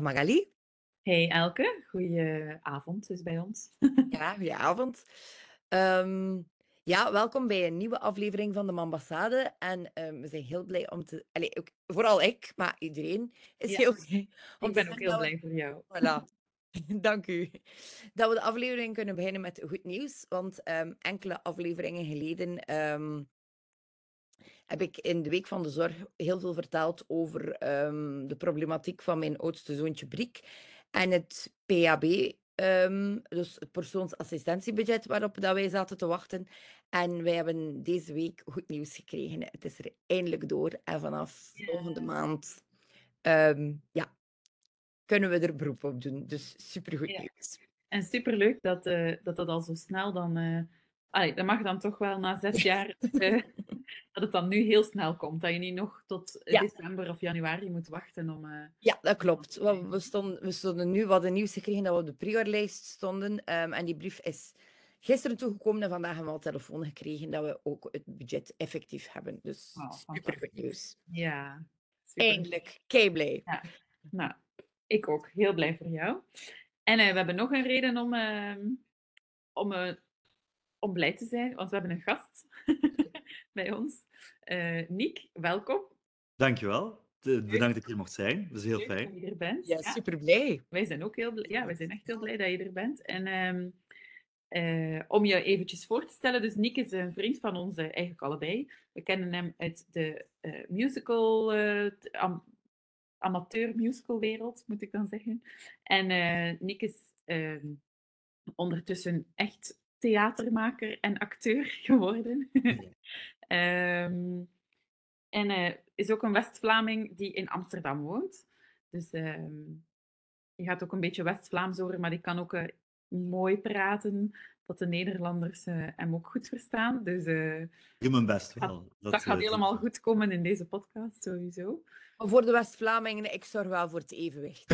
Magali. Hey Elke, goeie avond dus bij ons. Ja, goedenavond. Ehm, ja, welkom bij een nieuwe aflevering van de Mambassade. En we zijn heel blij om te... Allee, ook, vooral ik, maar iedereen is Ja, heel blij om ik te ben ook zeggen heel dat we... blij voor jou. Voilà, dank u. Dat we de aflevering kunnen beginnen met goed nieuws. Want enkele afleveringen geleden heb ik in de Week van de Zorg heel veel verteld over de problematiek van mijn oudste zoontje Briek en het PAB, dus het persoonsassistentiebudget waarop dat wij zaten te wachten. En wij hebben deze week goed nieuws gekregen. Het is er eindelijk door en vanaf volgende maand ja, kunnen we er beroep op doen. Dus supergoed Ja. nieuws. En superleuk dat al zo snel dan... dat mag dan toch wel na 6 jaar dat het dan nu heel snel komt. Dat je niet nog tot Ja, december of januari moet wachten om... ja, dat om dat klopt. te krijgen. We stonden nu, we hadden nieuws gekregen dat we op de priorlijst stonden. En die brief is gisteren toegekomen en vandaag hebben we al telefoon gekregen dat we ook het budget effectief hebben. Dus Oh, super goed fantastisch. nieuws. Ja, super. Eindelijk, kei blij. Ja, nou, ik ook. Heel blij voor jou. En we hebben nog een reden om, eh, om blij te zijn, want we hebben een gast bij ons. Niek, welkom. Dankjewel. Leuk, Bedankt dat ik hier mocht zijn. Dat is heel leuk fijn. dat je er bent. Ja, Ja, super blij. wij zijn ook heel blij. Ja, wij zijn echt heel blij dat je er bent. En om je eventjes voor te stellen, dus Niek is een vriend van ons, eigenlijk allebei. We kennen hem uit de musical, amateur musicalwereld, moet ik dan zeggen. En Niek is ondertussen echt theatermaker en acteur geworden. Ehm, en is ook een West-Vlaming die in Amsterdam woont. Dus je gaat ook een beetje West-Vlaams horen, maar die kan ook mooi praten, dat de Nederlanders hem ook goed verstaan. Dus Ik doe mijn best dat, wel. dat gaat helemaal Sowieso. goed komen in deze podcast, sowieso. Maar voor de West-Vlamingen, ik zorg wel voor het evenwicht.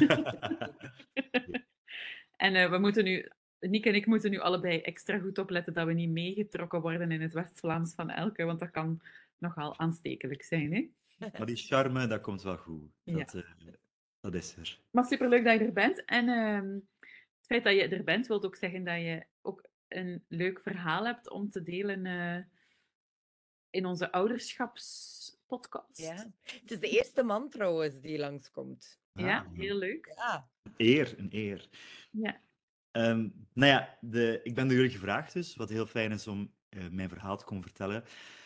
En Niek en ik moeten nu allebei extra goed opletten dat we niet meegetrokken worden in het West-Vlaams van Elke, want dat kan nogal aanstekelijk zijn, hè? Maar die charme, dat komt wel goed. Ja. Dat is er. Maar superleuk dat je er bent. En het feit dat je er bent, wil ook zeggen dat je ook een leuk verhaal hebt om te delen in onze ouderschapspodcast. Ja. Het is de eerste man trouwens die langskomt. Ja, heel leuk. Ja. Een eer. Ja. Nou ja, ik ben door jullie gevraagd dus, wat heel fijn is om mijn verhaal te komen vertellen.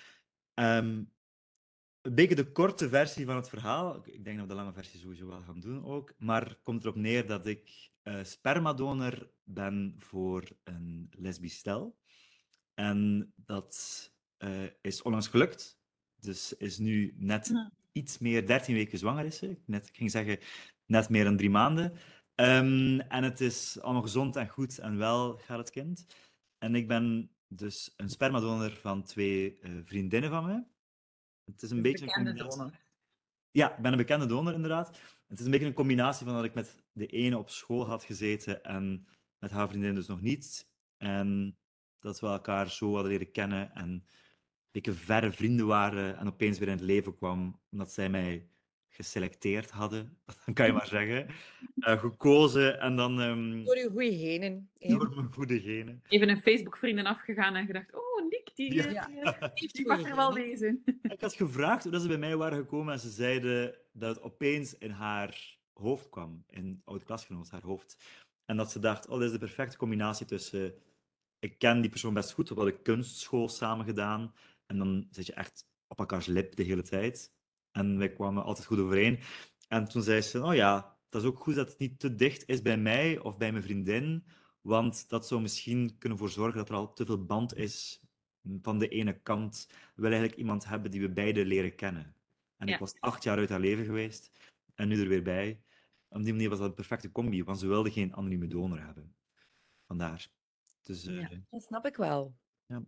Een beetje de korte versie van het verhaal. Ik denk dat we de lange versie sowieso wel gaan doen ook. Maar komt erop neer dat ik spermadonor ben voor een lesbisch stel. En dat is onlangs gelukt. Dus is nu net iets meer 13 weken zwanger is ze. Ik ging zeggen, net meer dan 3 maanden. En het is allemaal gezond en goed en wel gaat het kind. En ik ben dus een spermadonor van 2 vriendinnen van mij. Het is een beetje een Bekende combinatie. donor. Ja, ik ben een bekende donor, inderdaad. Het is een beetje een combinatie van dat ik met de ene op school had gezeten en met haar vriendin dus nog niet. En dat we elkaar zo hadden leren kennen en een beetje verre vrienden waren en opeens weer in het leven kwam, omdat zij mij geselecteerd hadden, dan kan je maar zeggen. Gekozen en dan Door uw goede genen. door mijn goede genen. Even een Facebook-vrienden afgegaan en gedacht, oh, Nick, Ja. die mag er wel wezen. Ik had gevraagd hoe dat ze bij mij waren gekomen en ze zeiden dat het opeens in haar hoofd kwam, in oud-klasgenoot, haar hoofd. En dat ze dacht, oh, dit is de perfecte combinatie tussen, ik ken die persoon best goed, we hadden kunstschool samen gedaan, en dan zit je echt op elkaars lip de hele tijd. En wij kwamen altijd goed overeen. En toen zei ze, oh ja, dat is ook goed dat het niet te dicht is bij mij of bij mijn vriendin, want dat zou misschien kunnen voor zorgen dat er al te veel band is van de ene kant. We willen eigenlijk iemand hebben die we beide leren kennen. En ik Ja. was 8 jaar uit haar leven geweest en nu er weer bij. Op die manier was dat een perfecte combi, want ze wilde geen anonieme donor hebben. Vandaar. Dus Ja. Dat snap ik wel. ja.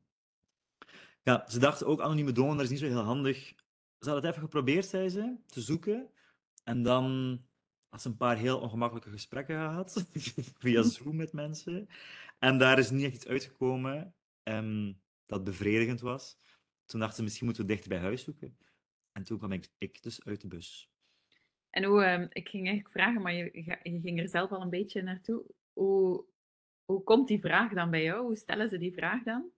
Ja, ze dachten ook anonieme donor is niet zo heel handig. Ze hadden het even geprobeerd, zei ze, te zoeken. En dan had ze een paar heel ongemakkelijke gesprekken gehad, via Zoom met mensen. En daar is niet echt iets uitgekomen dat bevredigend was. Toen dachten ze, misschien moeten we dichter bij huis zoeken. En toen kwam ik dus uit de bus. En ik ging eigenlijk vragen, maar je ging er zelf al een beetje naartoe. Hoe komt die vraag dan bij jou? Hoe stellen ze die vraag dan?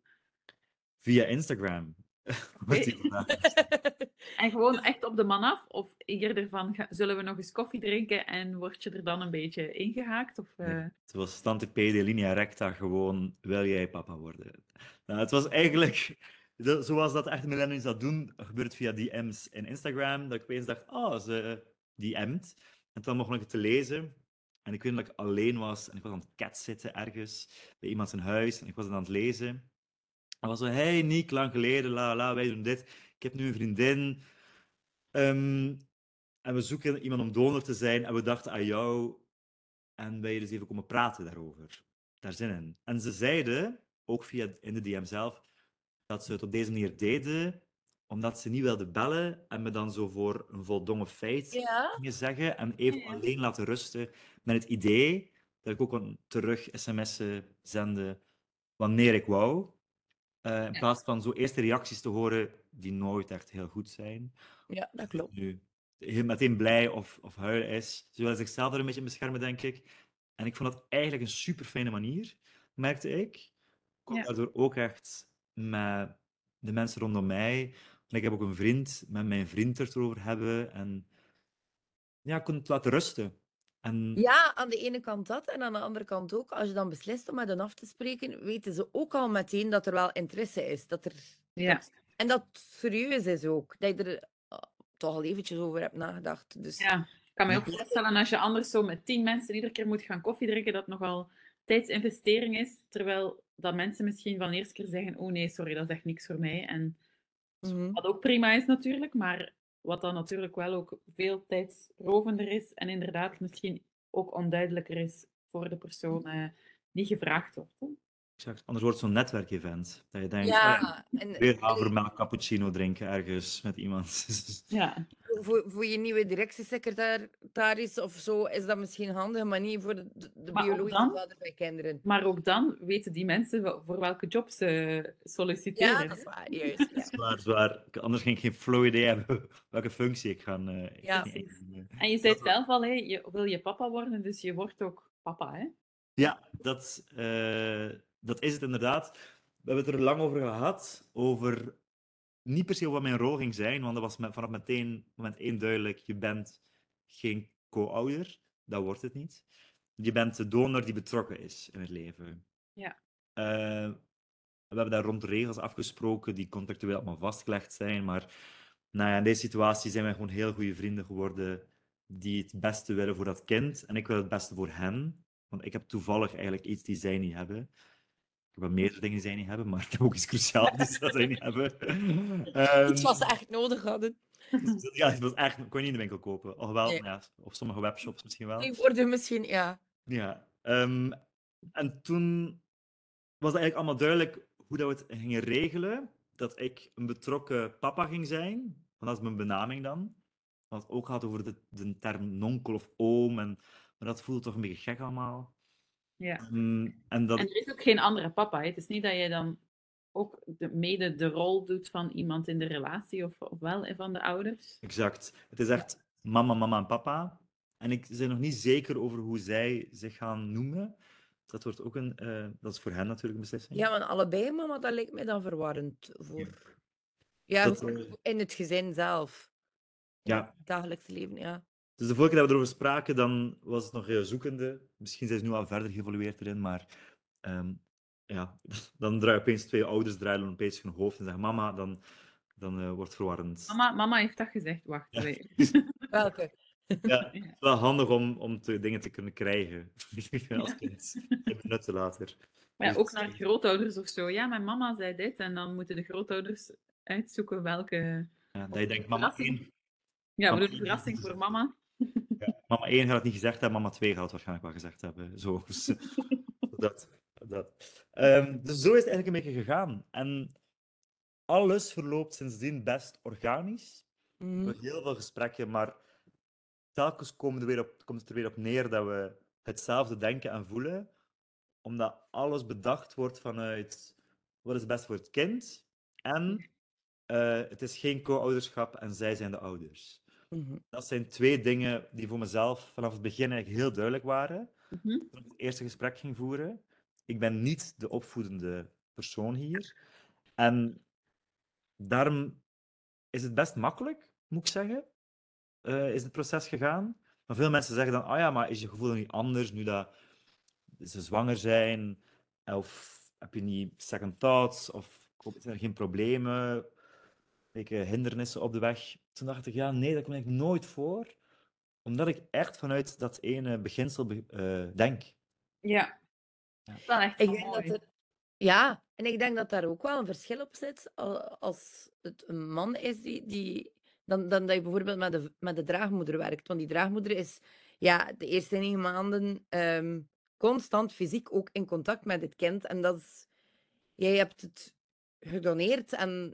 Via Instagram wordt die Oké. vandaag gesteld. En gewoon echt op de man af? Of eerder van, zullen we nog eens koffie drinken en word je er dan een beetje ingehaakt? Of, Nee, het was stantipede linea recta, gewoon, wil jij papa worden? Nou, het was eigenlijk, zoals dat echt millennials dat doen, gebeurt via DM's in Instagram, dat ik opeens dacht, ze DM'd. En toen begon ik het te lezen. En ik weet dat ik alleen was en ik was aan het catzitten ergens bij iemand zijn huis en ik was het aan het lezen. En was zo, hey Niek, lang geleden, wij doen dit. Ik heb nu een vriendin. Ehm, en we zoeken iemand om donor te zijn. En we dachten aan jou. En wij dus even komen praten daarover. Daar zin in. En ze zeiden, ook via in de DM zelf, dat ze het op deze manier deden, omdat ze niet wilden bellen en me dan zo voor een voldongen feit Ja? gingen zeggen en even Ja. alleen laten rusten met het idee dat ik ook kon terug sms'en zenden wanneer ik wou. In plaats van zo eerste reacties te horen die nooit echt heel goed zijn. Ja, dat klopt. Nu heel meteen blij of huilen is. Ze willen zichzelf er een beetje beschermen, denk ik. En ik vond dat eigenlijk een super fijne manier, merkte ik. Ik kon Ja. daardoor ook echt met de mensen rondom mij. En ik heb ook een vriend, met mijn vriend het erover hebben. En ja, ik kon het laten rusten. En Ja, aan de ene kant dat en aan de andere kant ook. Als je dan beslist om met hen af te spreken, weten ze ook al meteen dat er wel interesse is. Ja. En dat het serieus is ook. Dat je er toch al eventjes over hebt nagedacht. Dus Ja, ik kan me ook Ja. voorstellen als je anders zo met 10 mensen iedere keer moet gaan koffie drinken, dat nogal tijdsinvestering is, terwijl dat mensen misschien van de eerste keer zeggen, oh nee, sorry, dat is echt niks voor mij. En mhm. wat ook prima is natuurlijk, maar wat dan natuurlijk wel ook veel tijdsrovender is en inderdaad misschien ook onduidelijker is voor de persoon die gevraagd wordt. Hè. Exact. Anders wordt het zo'n netwerkevent. Dat je denkt, Ja, en weer havermelk cappuccino drinken ergens met iemand. Ja, voor je nieuwe directiesecretaris of zo is dat misschien een handige manier voor de Maar ook biologische dan? vader bij kinderen. maar ook dan weten die mensen voor welke jobs ze solliciteren. Ja, dat is waar. Juist, ja. Zwaar, zwaar. Anders ging ik geen flow idee hebben welke functie ik ga Ja. innemen. En je zei het zelf al, hè, wil je papa worden, dus je wordt ook papa, hè? Ja, dat is het inderdaad. We hebben het er lang over gehad, over niet per se wat mijn rol ging zijn, want dat was vanaf moment één duidelijk, je bent geen co-ouder, dat wordt het niet. Je bent de donor die betrokken is in het leven. Ja. We hebben daar rond regels afgesproken die contractueel allemaal vastgelegd zijn, maar nou ja, in deze situatie zijn wij gewoon heel goede vrienden geworden die het beste willen voor dat kind en ik wil het beste voor hen, want ik heb toevallig eigenlijk iets die zij niet hebben. Ik heb wel meerdere dingen die zij niet hebben, maar ik heb ook iets cruciaals dat zij niet hebben. Iets wat ze echt nodig hadden. Ja, het was echt, kon je niet in de winkel kopen. Alhoewel, Nee. ja, of sommige webshops misschien wel. Die worden misschien, ja. Ja. En toen was het eigenlijk allemaal duidelijk hoe dat we het gingen regelen. Dat ik een betrokken papa ging zijn. Want dat is mijn benaming dan. We hadden het ook gehad over de term nonkel of oom. Maar dat voelde toch een beetje gek allemaal. Ja. En dat, En er is ook geen andere papa. Hè? Het is niet dat je dan ook mede de rol doet van iemand in de relatie of wel van de ouders. exact. Het is echt mama, mama en papa. En ik ben nog niet zeker over hoe zij zich gaan noemen. Dat wordt ook dat is voor hen natuurlijk een beslissing. Ja, maar allebei, mama, dat lijkt mij dan verwarrend. Ja, Dat, gewoon in het gezin zelf. In Ja. het dagelijkse leven, ja. Dus de vorige keer dat we erover spraken, dan was het nog heel zoekende. Misschien zijn ze nu al verder geëvolueerd erin, maar ja, dan draaien opeens twee ouders draaien opeens hun hoofd en zeggen mama, dan wordt het verwarrend. Mama heeft dat gezegd. Wacht. Ja. Welke? Ja, het is wel handig om dingen te kunnen krijgen als kind. In benutten later. Maar ja, Dus- ook naar grootouders of zo. Ja, mijn mama zei dit. En dan moeten de grootouders uitzoeken welke... Ja, dat je denkt, mama Verrassing. 1, Ja, we Mama doen een verrassing één. voor mama. ja, mama 1 gaat het niet gezegd hebben, mama 2 gaat het waarschijnlijk wel gezegd hebben. Zo, dus, dat. Dus zo is het eigenlijk een beetje gegaan. En alles verloopt sindsdien best organisch. We Mhm. hebben heel veel gesprekken, maar telkens komt het er weer op neer dat we hetzelfde denken en voelen, omdat alles bedacht wordt vanuit wat is het best voor het kind en het is geen co-ouderschap en zij zijn de ouders. Mhm. Dat zijn 2 dingen die voor mezelf vanaf het begin eigenlijk heel duidelijk waren. Mhm. Toen ik het eerste gesprek ging voeren. Ik ben niet de opvoedende persoon hier. En daarom is het best makkelijk, moet ik zeggen, is het proces gegaan. Maar veel mensen zeggen dan, ah ja, maar is je gevoel niet anders nu dat ze zwanger zijn? Of heb je niet second thoughts? Of zijn er geen problemen, hindernissen op de weg? Toen dacht ik, ja, nee, dat komt eigenlijk nooit voor. Omdat ik echt vanuit dat ene beginsel denk. Ja, Ja. dat is echt Ik wel denk dat mooi. ja, en ik denk dat daar ook wel een verschil op zit. Als het een man is dan dat je bijvoorbeeld met de draagmoeder werkt. Want die draagmoeder is de eerste 9 maanden constant fysiek ook in contact met het kind. En jij hebt het gedoneerd en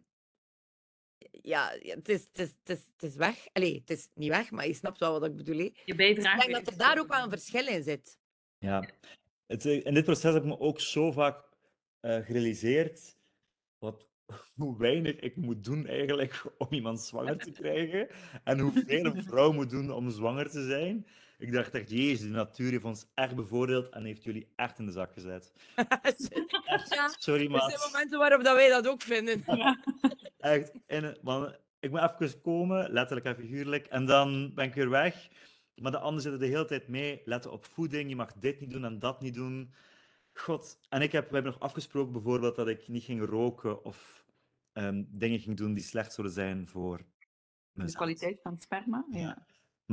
het is weg. Allee, het is niet weg, maar je snapt wel wat ik bedoel. Hè. Je Dus ik bijdrage denk dat is er daar toch... ook wel een verschil in zit. Ja. In dit proces heb ik me ook zo vaak gerealiseerd hoe weinig ik moet doen eigenlijk om iemand zwanger te krijgen en hoeveel een vrouw moet doen om zwanger te zijn. Ik dacht echt, jezus, de natuur heeft ons echt bevoordeeld en heeft jullie echt in de zak gezet. Echt, Ja, sorry, er maar zijn momenten waarop dat wij dat ook vinden. Ja. echt, man, ik moet even komen, letterlijk en figuurlijk, en dan ben ik weer weg. Maar de anderen zitten de hele tijd mee, letten op voeding, je mag dit niet doen en dat niet doen. God, en we hebben nog afgesproken bijvoorbeeld dat ik niet ging roken of dingen ging doen die slecht zouden zijn voor De mezelf. kwaliteit van sperma, ja.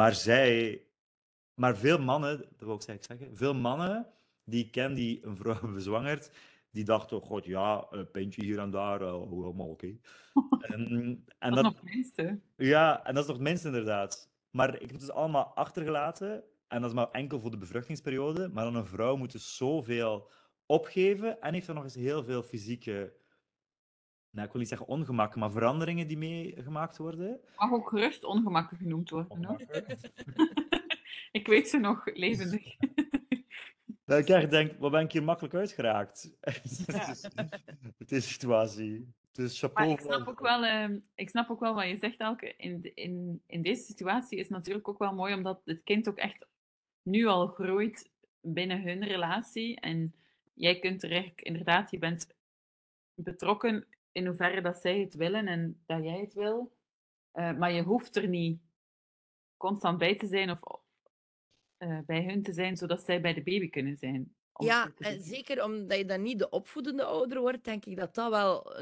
Maar veel mannen, dat wil ik eigenlijk zeggen, veel mannen die ik ken die een vrouw hebben bezwangerd, die dachten, oh god, ja, een pintje hier en daar, helemaal oké. En Dat is dat, nog het minste. ja, en dat is nog het minste inderdaad. Maar ik heb het dus allemaal achtergelaten. En dat is maar enkel voor de bevruchtingsperiode. Maar dan een vrouw moet dus zoveel opgeven. En heeft er nog eens heel veel fysieke, nou, ik wil niet zeggen ongemakken, maar veranderingen die meegemaakt worden. Mag ook gerust ongemakken genoemd worden, hoor. Ongemakken. Ik weet ze nog levendig. Dat ik echt denk, wat ben ik hier makkelijk uitgeraakt? Ja. Het is situatie. Dus Maar chapeau. ik snap ook wel wat je zegt, Elke. In deze situatie is het natuurlijk ook wel mooi, omdat het kind ook echt nu al groeit binnen hun relatie. En jij kunt er eigenlijk, inderdaad, je bent betrokken in hoeverre dat zij het willen en dat jij het wil. Maar je hoeft er niet constant bij te zijn of bij hun te zijn, zodat zij bij de baby kunnen zijn. Om het Ja, zo te en zeggen. zeker omdat je dan niet de opvoedende ouder wordt, denk ik dat dat wel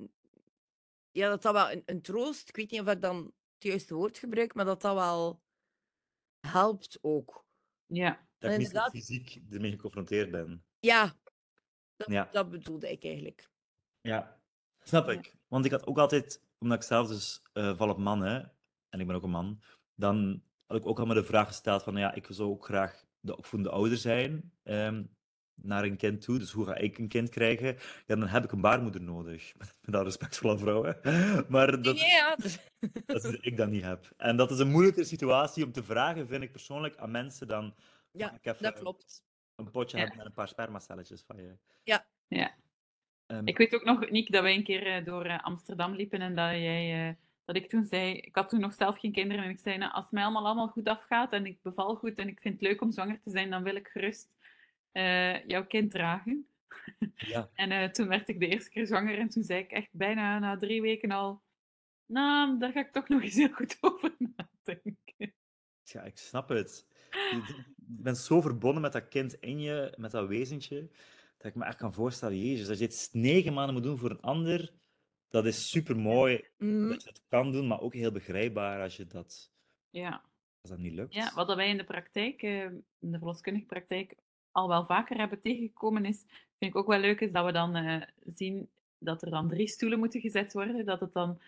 een troost, ik weet niet of ik dan het juiste woord gebruik, maar dat dat wel helpt ook. Ja, Dat ik niet zo Inderdaad, fysiek ermee geconfronteerd ben. ja, Ja. dat bedoelde ik eigenlijk. Ja, snap Ja. ik. Want ik had ook altijd, omdat ik zelf dus val op mannen, en ik ben ook een man, dan had ik ook al maar de vraag gesteld van, ja, ik zou ook graag de opvoedende ouder zijn naar een kind toe. Dus hoe ga ik een kind krijgen? Ja, dan heb ik een baarmoeder nodig. Met alle respect voor alle vrouwen. Maar dat is iets ik dat niet heb. En dat is een moeilijke situatie om te vragen, vind ik persoonlijk, aan mensen dan, mag Ja, ik even dat klopt. een potje Ja. hebben met een paar spermacelletjes van je? Ja. Ja. Ehm, Ik weet ook nog, Niek, dat wij een keer door Amsterdam liepen en dat ik toen zei, ik had toen nog zelf geen kinderen en ik zei, nou, als het mij allemaal goed afgaat en ik beval goed en ik vind het leuk om zwanger te zijn, dan wil ik gerust jouw kind dragen. ja. En toen werd ik de eerste keer zwanger en toen zei ik echt bijna na 3 weken al, nou, daar ga ik toch nog eens heel goed over nadenken. Ja, ik snap het. Je bent zo verbonden met dat kind in je, met dat wezentje, dat ik me echt kan voorstellen, jezus, als je dit 9 maanden moet doen voor een ander, dat is super mooi Mhm. dat je het kan doen, maar ook heel begrijpbaar als Ja. als dat niet lukt. Ja, wat wij in de praktijk, in de verloskundige praktijk, al wel vaker hebben tegengekomen is, vind ik ook wel leuk, is dat we dan zien dat er dan 3 stoelen moeten gezet worden. Dat het dan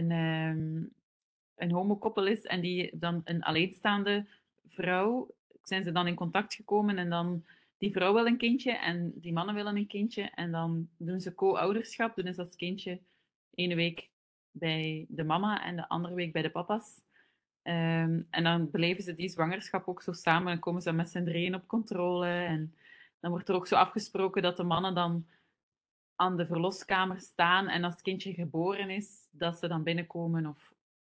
een homokoppel is en die dan een alleenstaande vrouw, zijn ze dan in contact gekomen en dan die vrouw wil een kindje en die mannen willen een kindje en dan doen ze co-ouderschap. Dan is dat kindje 1 week bij de mama en de andere week bij de papa's. En dan beleven ze die zwangerschap ook zo samen en komen ze met z'n drieën op controle. En dan wordt er ook zo afgesproken dat de mannen dan aan de verloskamer staan en als het kindje geboren is, dat ze dan binnenkomen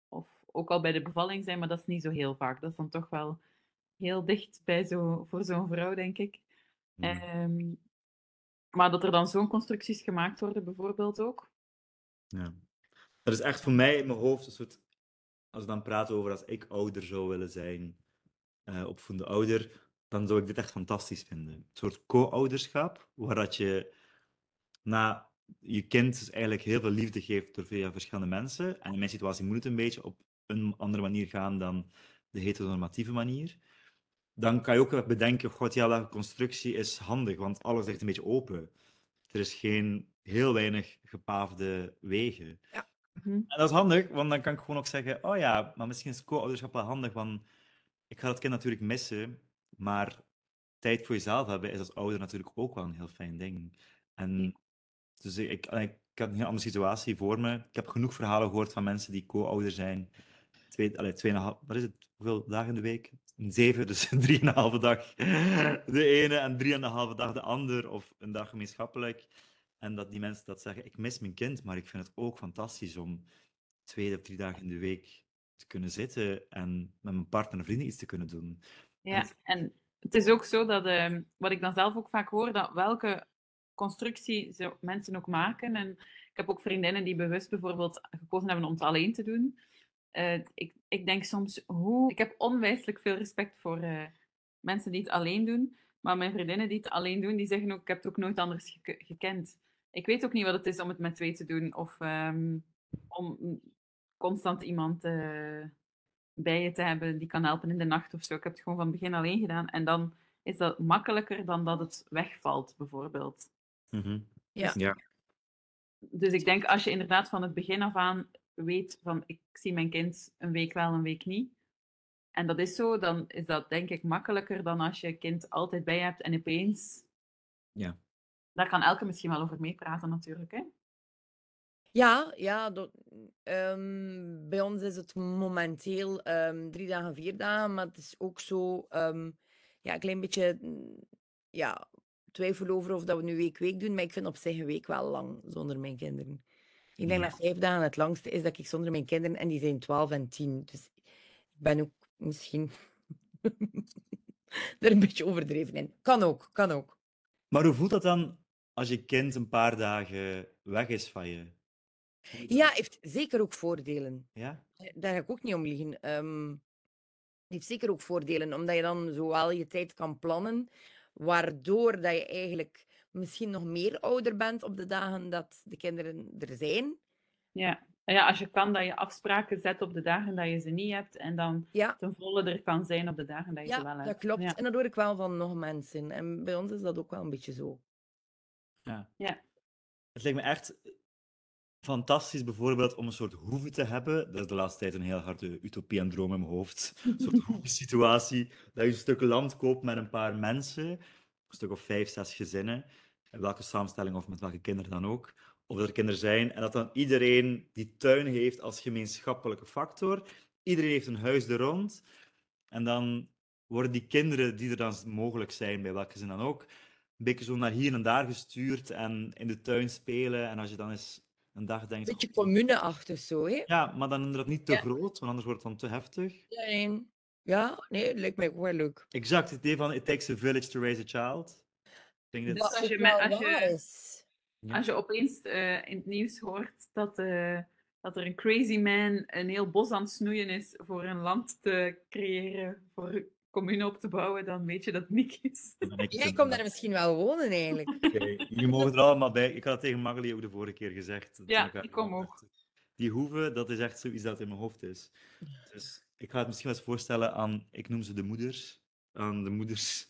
ook al bij de bevalling zijn, maar dat is niet zo heel vaak. Dat is dan toch wel heel dicht bij voor zo'n vrouw, denk ik. Ehm, maar dat er dan zo'n constructies gemaakt worden, bijvoorbeeld ook. Ja. Dat is echt voor mij in mijn hoofd een soort... Als we dan praten over als ik ouder zou willen zijn, opvoedende ouder, dan zou ik dit echt fantastisch vinden. Een soort co-ouderschap, waar dat je na je kind dus eigenlijk heel veel liefde geeft door via verschillende mensen. En in mijn situatie moet het een beetje op een andere manier gaan dan de heteronormatieve manier. Dan kan je ook bedenken, god ja, welke constructie is handig, want alles ligt een beetje open. Er is heel weinig gepaafde wegen. Ja. En dat is handig, want dan kan ik gewoon ook zeggen, oh ja, maar misschien is co-ouderschap wel handig, want ik ga dat kind natuurlijk missen, maar tijd voor jezelf hebben is als ouder natuurlijk ook wel een heel fijn ding. En dus ik had een heel andere situatie voor me. Ik heb genoeg verhalen gehoord van mensen die co-ouder zijn. 2,5, wat is het? Hoeveel dagen in de week? 7, dus 3,5 dag de ene en 3,5 dag de ander, of een dag gemeenschappelijk. En dat die mensen dat zeggen, ik mis mijn kind, maar ik vind het ook fantastisch om 2 of 3 dagen in de week te kunnen zitten en met mijn partner en vrienden iets te kunnen doen. Ja, en het is ook zo dat, wat ik dan zelf ook vaak hoor, dat welke constructie mensen ook maken. En ik heb ook vriendinnen die bewust bijvoorbeeld gekozen hebben om het alleen te doen. Ik denk soms, ik heb onwijselijk veel respect voor mensen die het alleen doen. Maar mijn vriendinnen die het alleen doen, die zeggen ook, ik heb het ook nooit anders gekend. Ik weet ook niet wat het is om het met 2 te doen. Of om constant iemand bij je te hebben die kan helpen in de nacht of zo. Ik heb het gewoon van het begin alleen gedaan. En dan is dat makkelijker dan dat het wegvalt, bijvoorbeeld. Ja. Ja. Dus ik denk, als je inderdaad van het begin af aan weet van ik zie mijn kind een week wel, een week niet. En dat is zo, dan is dat denk ik makkelijker dan als je kind altijd bij je hebt en opeens... Ja. Daar kan elke misschien wel over meepraten natuurlijk, hè? Ja, bij ons is het momenteel 3 dagen, 4 dagen, maar het is ook zo een klein beetje twijfel over of dat we nu week doen, maar ik vind op zich een week wel lang zonder mijn kinderen. Ik denk dat 5 dagen het langste is dat ik zonder mijn kinderen, en die zijn 12 en 10, dus ik ben ook misschien er een beetje overdreven in. Kan ook. Maar hoe voelt dat dan als je kind een paar dagen weg is van je? Ja, heeft zeker ook voordelen. Ja? Daar ga ik ook niet om liegen. Heeft zeker ook voordelen, omdat je dan zowel je tijd kan plannen, waardoor dat je eigenlijk misschien nog meer ouder bent op de dagen dat de kinderen er zijn. Ja. Ja, als je kan, dat je afspraken zet op de dagen dat je ze niet hebt en dan ten volle er kan zijn op de dagen dat je ze wel hebt. Ja, dat klopt. Ja. En dat hoor ik wel van nog mensen. En bij ons is dat ook wel een beetje zo. Ja. Het lijkt me echt fantastisch bijvoorbeeld om een soort hoeve te hebben. Dat is de laatste tijd een heel harde utopie en droom in mijn hoofd. Een soort hoeve-situatie. Dat je een stuk land koopt met een paar mensen. Een stuk of 5, 6 gezinnen. In welke samenstelling of met welke kinderen dan ook. Of dat er kinderen zijn. En dat dan iedereen die tuin heeft als gemeenschappelijke factor. Iedereen heeft een huis er rond. En dan worden die kinderen die er dan mogelijk zijn, bij welke gezin dan ook, een beetje zo naar hier en daar gestuurd en in de tuin spelen. En als je dan eens een dag denkt... Een beetje commune-achtig zo, hè? Ja, maar dan inderdaad niet te groot, want anders wordt het dan te heftig. Nee, lijkt mij ook wel leuk. Exact, het idee van it takes a village to raise a child. Ik denk Dat dat ook wel waar is. Als je opeens in het nieuws hoort dat er een crazy man een heel bos aan het snoeien is voor een land te creëren, voor een commune op te bouwen, dan weet je dat het niet is. Jij komt daar misschien wel wonen, eigenlijk. Okay. Jullie mogen er allemaal bij. Ik had het tegen Magali ook de vorige keer gezegd. Ja, ik kom ook. Die hoeve, dat is echt zoiets dat in mijn hoofd is. Dus ik ga het misschien wel eens voorstellen aan, ik noem ze de moeders, aan de moeders,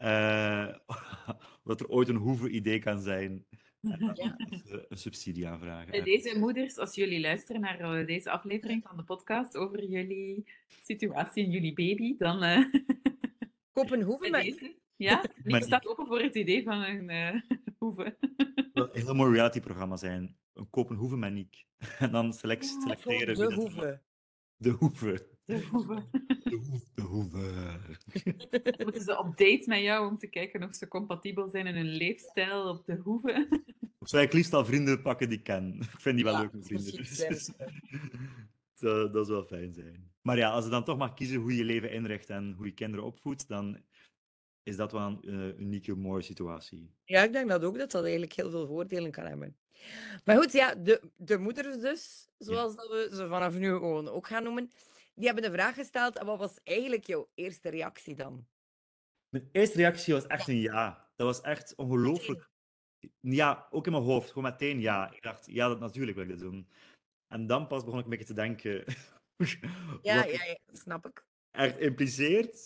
dat er ooit een hoeve-idee kan zijn. Ja. Een subsidie aanvragen. Bij deze moeders, als jullie luisteren naar deze aflevering van de podcast over jullie situatie en jullie baby, dan... Koop een hoeve met... Ja, Nick staat open voor het idee van een hoeve. Dat een heel mooi reality-programma zijn. Een koop een hoeve met Nick. En dan selecteren De hoeve. De hoeve. De hoeve. De hoeve. Dan moeten ze op date met jou om te kijken of ze compatibel zijn in hun leefstijl op de hoeve. Of zou ik liefst al vrienden pakken die ik ken? Ik vind die wel leuk met vrienden. precies. Dat zou wel fijn zijn. Maar ja, als je dan toch mag kiezen hoe je je leven inricht en hoe je kinderen opvoedt, dan is dat wel een unieke, mooie situatie. Ja, ik denk dat ook dat eigenlijk heel veel voordelen kan hebben. Maar goed, ja, de moeders dus, Ja. zoals dat we ze vanaf nu gewoon ook gaan noemen, die hebben de vraag gesteld, en wat was eigenlijk jouw eerste reactie dan? Mijn eerste reactie was echt een ja. Dat was echt ongelooflijk. Ja, ook in mijn hoofd. Gewoon meteen ja. Ik dacht, ja, dat natuurlijk wil ik dit doen. En dan pas begon ik een beetje te denken Ja, wat ja, het ja, snap ik. echt impliceert.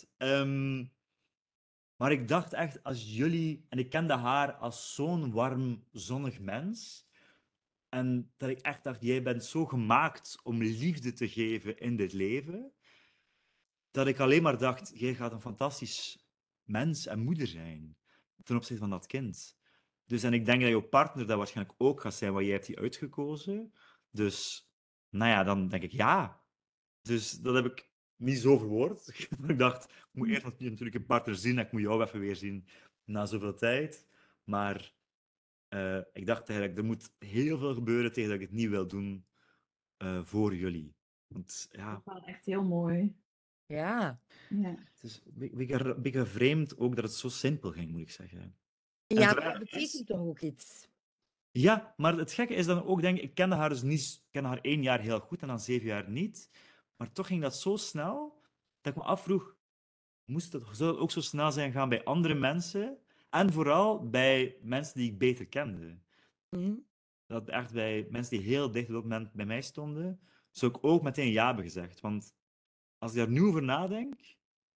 Maar ik dacht echt, als jullie... En ik kende haar als zo'n warm, zonnig mens. En dat ik echt dacht, jij bent zo gemaakt om liefde te geven in dit leven. Dat ik alleen maar dacht, jij gaat een fantastisch mens en moeder zijn. Ten opzichte van dat kind. Dus, en ik denk dat jouw partner dat waarschijnlijk ook gaat zijn, want jij hebt die uitgekozen. Dus, nou ja, dan denk ik ja. Dus dat heb ik niet zo verwoord. Ik dacht, ik moet eerst natuurlijk een partner zien en ik moet jou even weer zien na zoveel tijd. Maar ik dacht eigenlijk, er moet heel veel gebeuren tegen dat ik het niet wil doen voor jullie. Want Dat ja, is wel echt heel mooi. Ja. Ja. het is een beetje vreemd ook dat het zo simpel ging, moet ik zeggen. En Ja, het maar dat rare is, betekent toch ook iets? ja, maar het gekke is dan ook, denk ik, ik kende haar dus niet, ik kende haar 1 jaar heel goed en dan 7 jaar niet. Maar toch ging dat zo snel, dat ik me afvroeg, zou dat ook zo snel zijn gaan bij andere mensen? En vooral bij mensen die ik beter kende. Mhm. Dat echt bij mensen die heel dicht op dat moment bij mij stonden, zou ik ook meteen ja hebben gezegd. Want als ik daar nu over nadenk,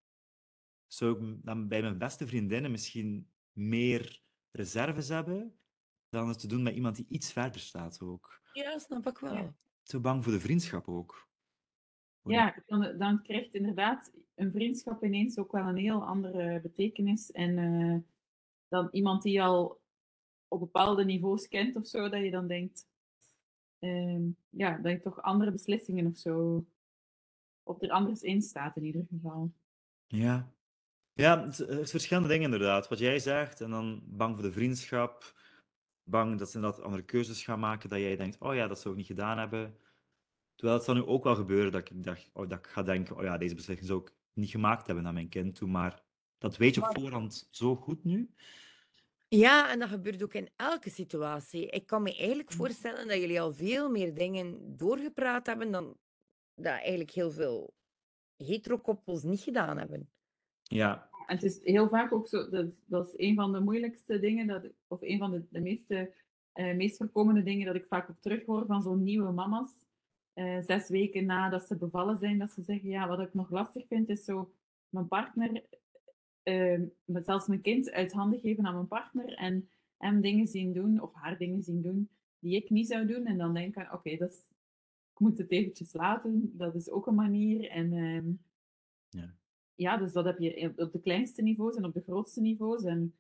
zou ik dan bij mijn beste vriendinnen misschien meer reserves hebben dan het te doen met iemand die iets verder staat ook. Ja, snap ik Ja. wel. Zo bang voor de vriendschap ook. Ja, dan krijgt inderdaad een vriendschap ineens ook wel een heel andere betekenis. En dan iemand die je al op bepaalde niveaus kent of zo, dat je dan denkt, ja, dat je toch andere beslissingen of zo, of er anders in staat in ieder geval. Ja. Ja, het is verschillende dingen inderdaad. Wat jij zegt, en dan bang voor de vriendschap, bang dat ze inderdaad andere keuzes gaan maken, dat jij denkt, oh ja, dat zou ik niet gedaan hebben. Terwijl het zal nu ook wel gebeuren dat ik, dat ik ga denken, oh ja, deze beslissing zou ik niet gemaakt hebben naar mijn kind toe, maar dat weet je op Maar voorhand zo goed nu. ja, en dat gebeurt ook in elke situatie. Ik kan me eigenlijk voorstellen dat jullie al veel meer dingen doorgepraat hebben dan dat eigenlijk heel veel hetero-koppels niet gedaan hebben. Ja, En het is heel vaak ook zo, dat is een van de moeilijkste dingen, of een van de meest voorkomende dingen dat ik vaak ook terughoor van zo'n nieuwe mama's. 6 weken nadat ze bevallen zijn, dat ze zeggen, ja, wat ik nog lastig vind, is zo mijn partner, zelfs mijn kind uit handen geven aan mijn partner en hem dingen zien doen, of haar dingen zien doen, die ik niet zou doen. En dan denken, oké, ik moet het eventjes laten, dat is ook een manier. En ja. ja, dus dat heb je op de kleinste niveaus en op de grootste niveaus. En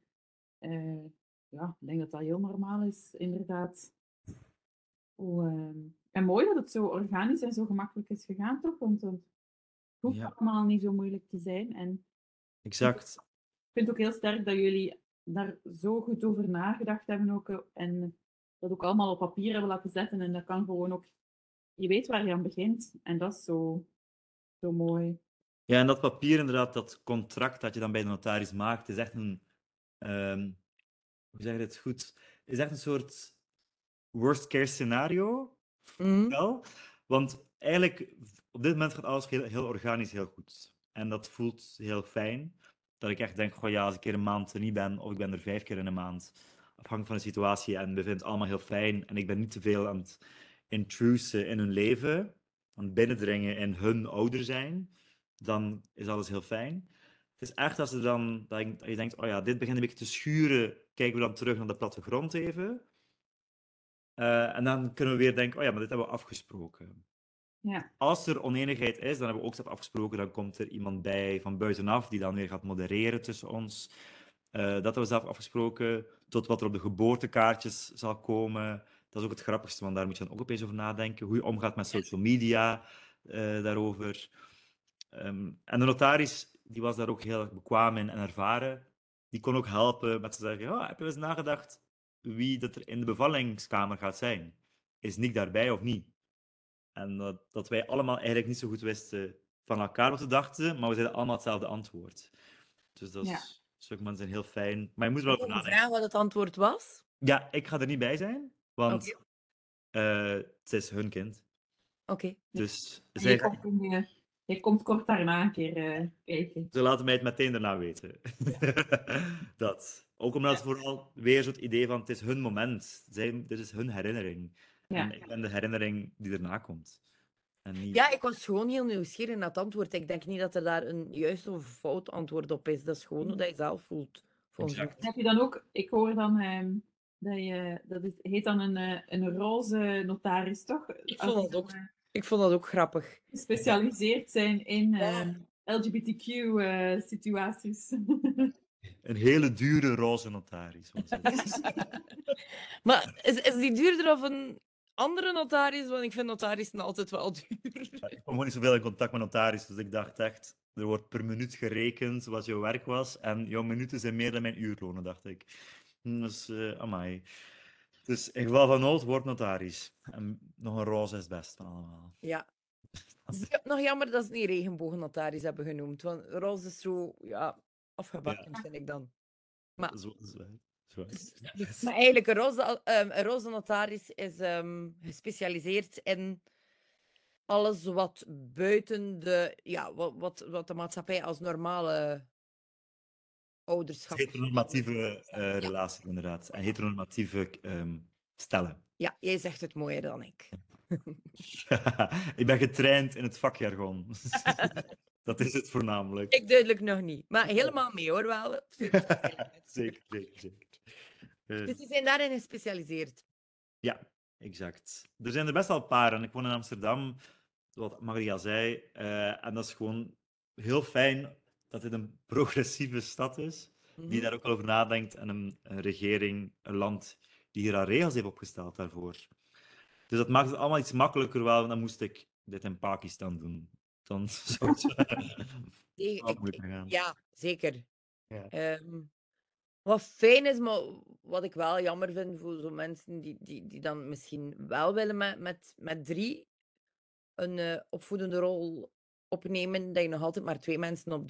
ja, ik denk dat dat heel normaal is, inderdaad. En mooi dat het zo organisch en zo gemakkelijk is gegaan, toch? Want het hoeft Ja, allemaal niet zo moeilijk te zijn. En exact. ik vind het ook heel sterk dat jullie daar zo goed over nagedacht hebben ook, en dat ook allemaal op papier hebben laten zetten. En dat kan gewoon ook... Je weet waar je aan begint. En dat is zo, zo mooi. Ja, en dat papier inderdaad, dat contract dat je dan bij de notaris maakt, is echt een, hoe zeg je het goed, is echt een soort worst case scenario. Mhm. Wel, want eigenlijk, op dit moment gaat alles heel, heel organisch, heel goed. En dat voelt heel fijn. Dat ik echt denk, goh ja, als ik er een maand er niet ben, of ik ben er 5 keer in een maand, afhankelijk van de situatie, en we vinden het allemaal heel fijn, en ik ben niet te veel aan het intrusen in hun leven, aan het binnendringen in hun ouder zijn, dan is alles heel fijn. Het is echt als dat je denkt, oh ja, dit begint een beetje te schuren, kijken we dan terug naar de plattegrond even. En dan kunnen we weer denken, oh ja, maar dit hebben we afgesproken. Ja, Als er oneenigheid is, dan hebben we ook zelf afgesproken, dan komt er iemand bij van buitenaf die dan weer gaat modereren tussen ons. Dat hebben we zelf afgesproken, tot wat er op de geboortekaartjes zal komen. Dat is ook het grappigste, want daar moet je dan ook opeens over nadenken. Hoe je omgaat met social media, daarover. En de notaris, die was daar ook heel erg bekwaam in en ervaren. Die kon ook helpen met te zeggen, heb je eens nagedacht wie dat er in de bevallingskamer gaat zijn? Is Nick daarbij of niet? En dat wij allemaal eigenlijk niet zo goed wisten van elkaar wat we dachten, maar we zeiden allemaal hetzelfde antwoord. Dus dat Ja. is, zulke mensen zijn heel fijn. Maar je moet er wel Ik over wil nadenken. vragen wat het antwoord was. Ja, ik ga er niet bij zijn, want Oké. het is hun kind. Oké. Dus En zij je komt kort daarna een keer kijken. ze laten mij het meteen daarna weten. Dat. Ook omdat het vooral weer zo'n idee van, het is hun moment. Dit is hun herinnering. Ja. En ik ben de herinnering die erna komt. En niet... Ja, ik was gewoon heel nieuwsgierig naar het antwoord. Ik denk niet dat er daar een juist of fout antwoord op is. Dat is gewoon hoe dat je zelf voelt. Volgens mij. Exact. Heb je dan ook, ik hoor dan heet dan een roze notaris, toch? Ik Als vond die dat ook, dan ik vond dat ook grappig. gespecialiseerd zijn in Ja. LGBTQ-situaties. Een hele dure roze notaris. Was het. Maar is die duurder of een andere notaris? Want ik vind notarissen altijd wel duur. Ik kom gewoon niet zoveel in contact met notaris, dus ik dacht echt, er wordt per minuut gerekend wat jouw werk was. En jouw minuten zijn meer dan mijn uurlonen, dacht ik. Dus, amai. Dus in geval van nood, word notaris. En nog een roze is het best van allemaal. Ja. Het is nog jammer dat ze het niet regenboognotaris hebben genoemd. Want roze is zo, ja, afgebakken, vind ik dan. Maar, Zo is het. Zo is het. maar eigenlijk, een roze notaris is gespecialiseerd in alles wat buiten de, ja, wat de maatschappij als normale ouderschap. Heteronormatieve relatie, inderdaad. En heteronormatieve stellen. Ja, jij zegt het mooier dan ik. Ik ben getraind in het vakjargon. Dat is het voornamelijk. Ik duidelijk nog niet. Maar helemaal mee hoor, wel. Zeker, zeker, zeker. Dus die zijn daarin gespecialiseerd. Ja, exact. Er zijn er best wel een paar. En ik woon in Amsterdam, wat Maria zei. En dat is gewoon heel fijn dat dit een progressieve stad is, die daar ook over nadenkt. En een regering, een land, die hier al regels heeft opgesteld daarvoor. Dus dat maakt het allemaal iets makkelijker wel. Dan moest ik dit in Pakistan doen. Dan zou het wat moeilijker gaan. Ja, zeker. Ja. Wat fijn is, maar wat ik wel jammer vind voor zo'n mensen die dan misschien wel willen met 3 een opvoedende rol opnemen, dat je nog altijd maar 2 mensen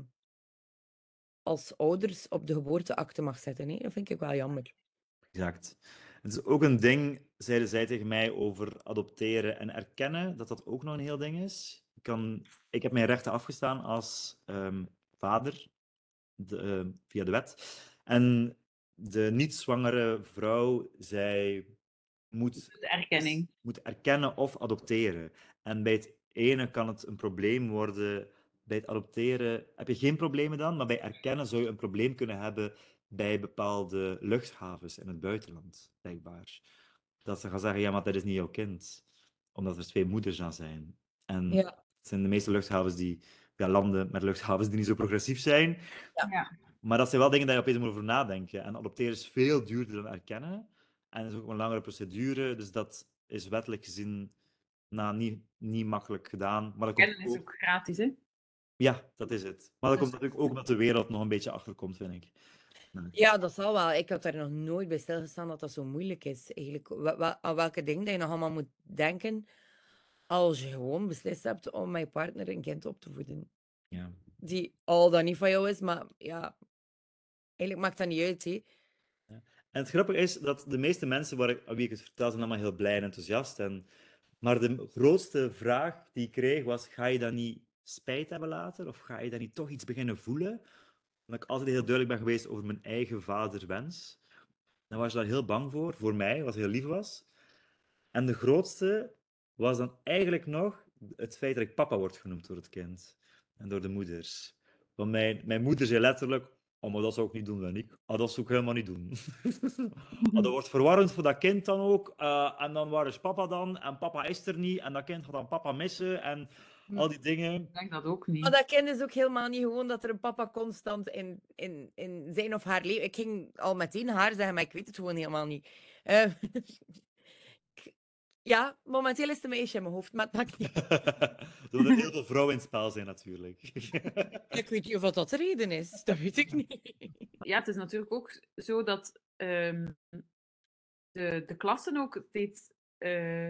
als ouders op de geboorteakte mag zetten. Hè? Dat vind ik wel jammer. Exact. Het is ook een ding, zeiden zij tegen mij, over adopteren en erkennen, dat dat ook nog een heel ding is. Ik heb mijn rechten afgestaan als vader via de wet. En de niet-zwangere vrouw, zij moet De erkenning. moet erkennen of adopteren. En bij het ene kan het een probleem worden. Bij het adopteren heb je geen problemen dan, maar bij erkennen zou je een probleem kunnen hebben bij bepaalde luchthavens in het buitenland, blijkbaar. Dat ze gaan zeggen, ja, maar dat is niet jouw kind. Omdat er 2 moeders aan zijn. En Ja. het zijn de meeste luchthavens landen met luchthavens die niet zo progressief zijn. Ja. Maar dat zijn wel dingen dat je opeens moet over nadenken. En adopteren is veel duurder dan erkennen. En is ook een langere procedure. Dus dat is wettelijk gezien niet makkelijk gedaan. Maar dat komt Erkennen is ook gratis, hè? Ja, dat is het. Maar dat komt natuurlijk ook omdat de wereld nog een beetje achterkomt, vind ik. Ja, dat zal wel. Ik had daar nog nooit bij stilgestaan dat dat zo moeilijk is. Eigenlijk, aan welke dingen dat je nog allemaal moet denken als je gewoon beslist hebt om met je partner een kind op te voeden. Ja. Die al dan niet van jou is, maar ja, eigenlijk maakt dat niet uit. Hè. En het grappige is dat de meeste mensen aan wie ik het vertel, zijn allemaal heel blij en enthousiast. Maar de grootste vraag die ik kreeg was, ga je dan niet spijt hebben later? Of ga je dan niet toch iets beginnen voelen? Omdat ik altijd heel duidelijk ben geweest over mijn eigen vaderwens. Dan was je daar heel bang voor mij, wat heel lief was. En de grootste was dan eigenlijk nog het feit dat ik papa word genoemd door het kind. En door de moeders. Want mijn moeder zei letterlijk, oh, maar dat zou ik niet doen, Wennik. Ah, dat zou ik helemaal niet doen. Ah, dat wordt verwarrend voor dat kind dan ook. En dan waar is papa dan? En papa is er niet. En dat kind gaat dan papa missen. En al die dingen. Ik denk dat ook niet. Maar dat kind is ook helemaal niet gewoon dat er een papa constant in zijn of haar leven... Ik ging al meteen haar zeggen, maar ik weet het gewoon helemaal niet. Ja, momenteel is het een meisje in mijn hoofd, maar het maakt niet. Er moeten heel veel vrouwen in het spel zijn, natuurlijk. Ik weet niet of dat de reden is. Dat weet ik niet. Ja, het is natuurlijk ook zo dat de klassen ook steeds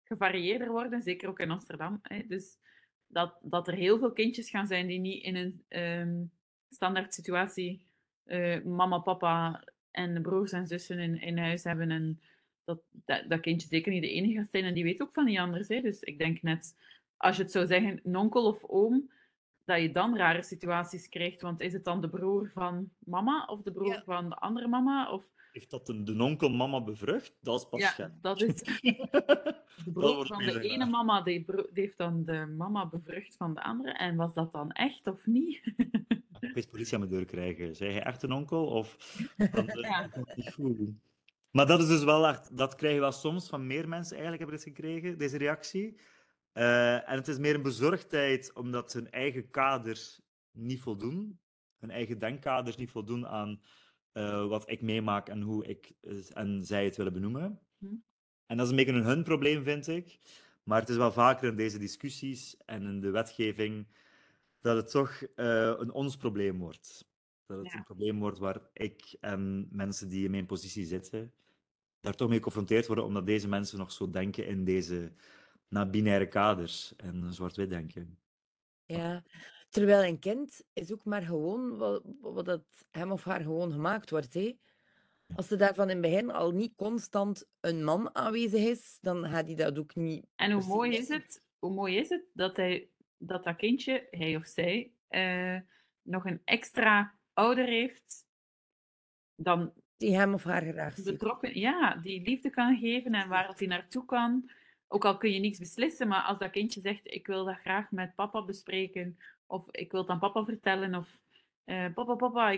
gevarieerder worden, zeker ook in Amsterdam. Hè. Dus dat er heel veel kindjes gaan zijn die niet in een standaard situatie mama, papa en de broers en zussen in huis hebben. En dat kindje zeker niet de enige gaat zijn. En die weet ook van niet anders. Hè. Dus ik denk net, als je het zou zeggen, een onkel of oom, dat je dan rare situaties krijgt. Want is het dan de broer van mama of de broer Ja. van de andere mama? Of Heeft dat de onkel mama bevrucht? Dat is pas ja, gek. dat is Dat de broer wordt van de weer ene raar. mama, die heeft dan de mama bevrucht van de andere. En was dat dan echt of niet? Ik weet politie aan mijn deur krijgen. Zei hij echt een onkel? Of dan Ja. is dat niet goed. Maar dat is dus wel echt, dat krijg je wel soms van meer mensen eigenlijk hebben dit gekregen, deze reactie. En het is meer een bezorgdheid omdat hun eigen kaders niet voldoen. Hun eigen denkkaders niet voldoen aan wat ik meemaak en hoe ik en zij het willen benoemen. Hm. En dat is een beetje hun probleem, vind ik. Maar het is wel vaker in deze discussies en in de wetgeving dat het toch een ons probleem wordt. Dat het Ja. een probleem wordt waar ik en mensen die in mijn positie zitten, daar toch mee geconfronteerd worden, omdat deze mensen nog zo denken in deze binaire kaders en zwart-wit denken. Ja, terwijl een kind is ook maar gewoon wat het hem of haar gewoon gemaakt wordt. Hè. Als er daar van in het begin al niet constant een man aanwezig is, dan gaat hij dat ook niet En per se missen. hoe mooi is het dat kindje, hij of zij, nog een extra ouder heeft dan Die hem of haar graag ziet. betrokken, ja, die liefde kan geven en waar dat hij naartoe kan. Ook al kun je niets beslissen, maar als dat kindje zegt, ik wil dat graag met papa bespreken, of ik wil het aan papa vertellen, of papa,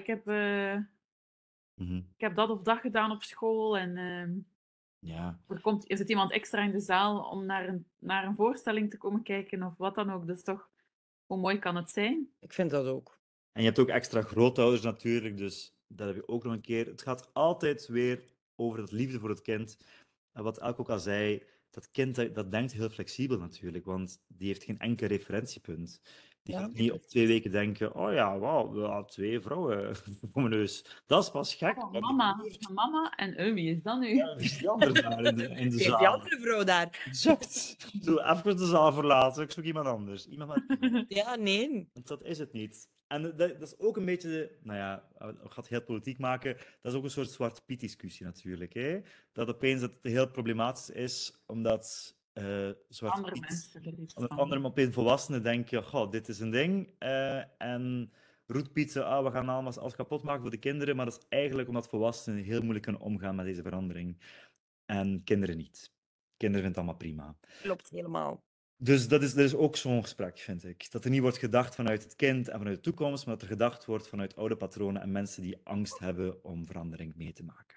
ik heb dat of dat gedaan op school en Ja. er zit iemand extra in de zaal om naar een voorstelling te komen kijken of wat dan ook. Dus toch, hoe mooi kan het zijn? Ik vind dat ook. En je hebt ook extra grootouders natuurlijk, dus dat heb je ook nog een keer. Het gaat altijd weer over dat liefde voor het kind. En wat Elke ook al zei, dat kind dat denkt heel flexibel natuurlijk, want die heeft geen enkel referentiepunt. Die Ja, gaat niet op 2 weken denken, oh ja, wauw, ja, 2 vrouwen voor mijn neus. Dat is pas gek. Oh, Wat mama en wie is dat nu? ja, wie is die andere daar in de wie is die zaal? andere vrouw daar? Exact. Doe even de zaal verlaten, ik zoek iemand anders. Iemand met... Ja, nee. Want dat is het niet. En dat is ook een beetje, nou ja, ik ga het heel politiek maken, dat is ook een soort zwart Piet-discussie natuurlijk. Hè? Dat opeens het heel problematisch is, omdat zwart Andere Piet, mensen er iets omdat van. anderen opeens volwassenen denken, goh, dit is een ding. En roet Piet zo, we gaan allemaal alles kapot maken voor de kinderen, maar dat is eigenlijk omdat volwassenen heel moeilijk kunnen omgaan met deze verandering. En kinderen niet. Kinderen vinden het allemaal prima. Klopt helemaal. Dus dat is ook zo'n gesprek, vind ik. Dat er niet wordt gedacht vanuit het kind en vanuit de toekomst, maar dat er gedacht wordt vanuit oude patronen en mensen die angst hebben om verandering mee te maken.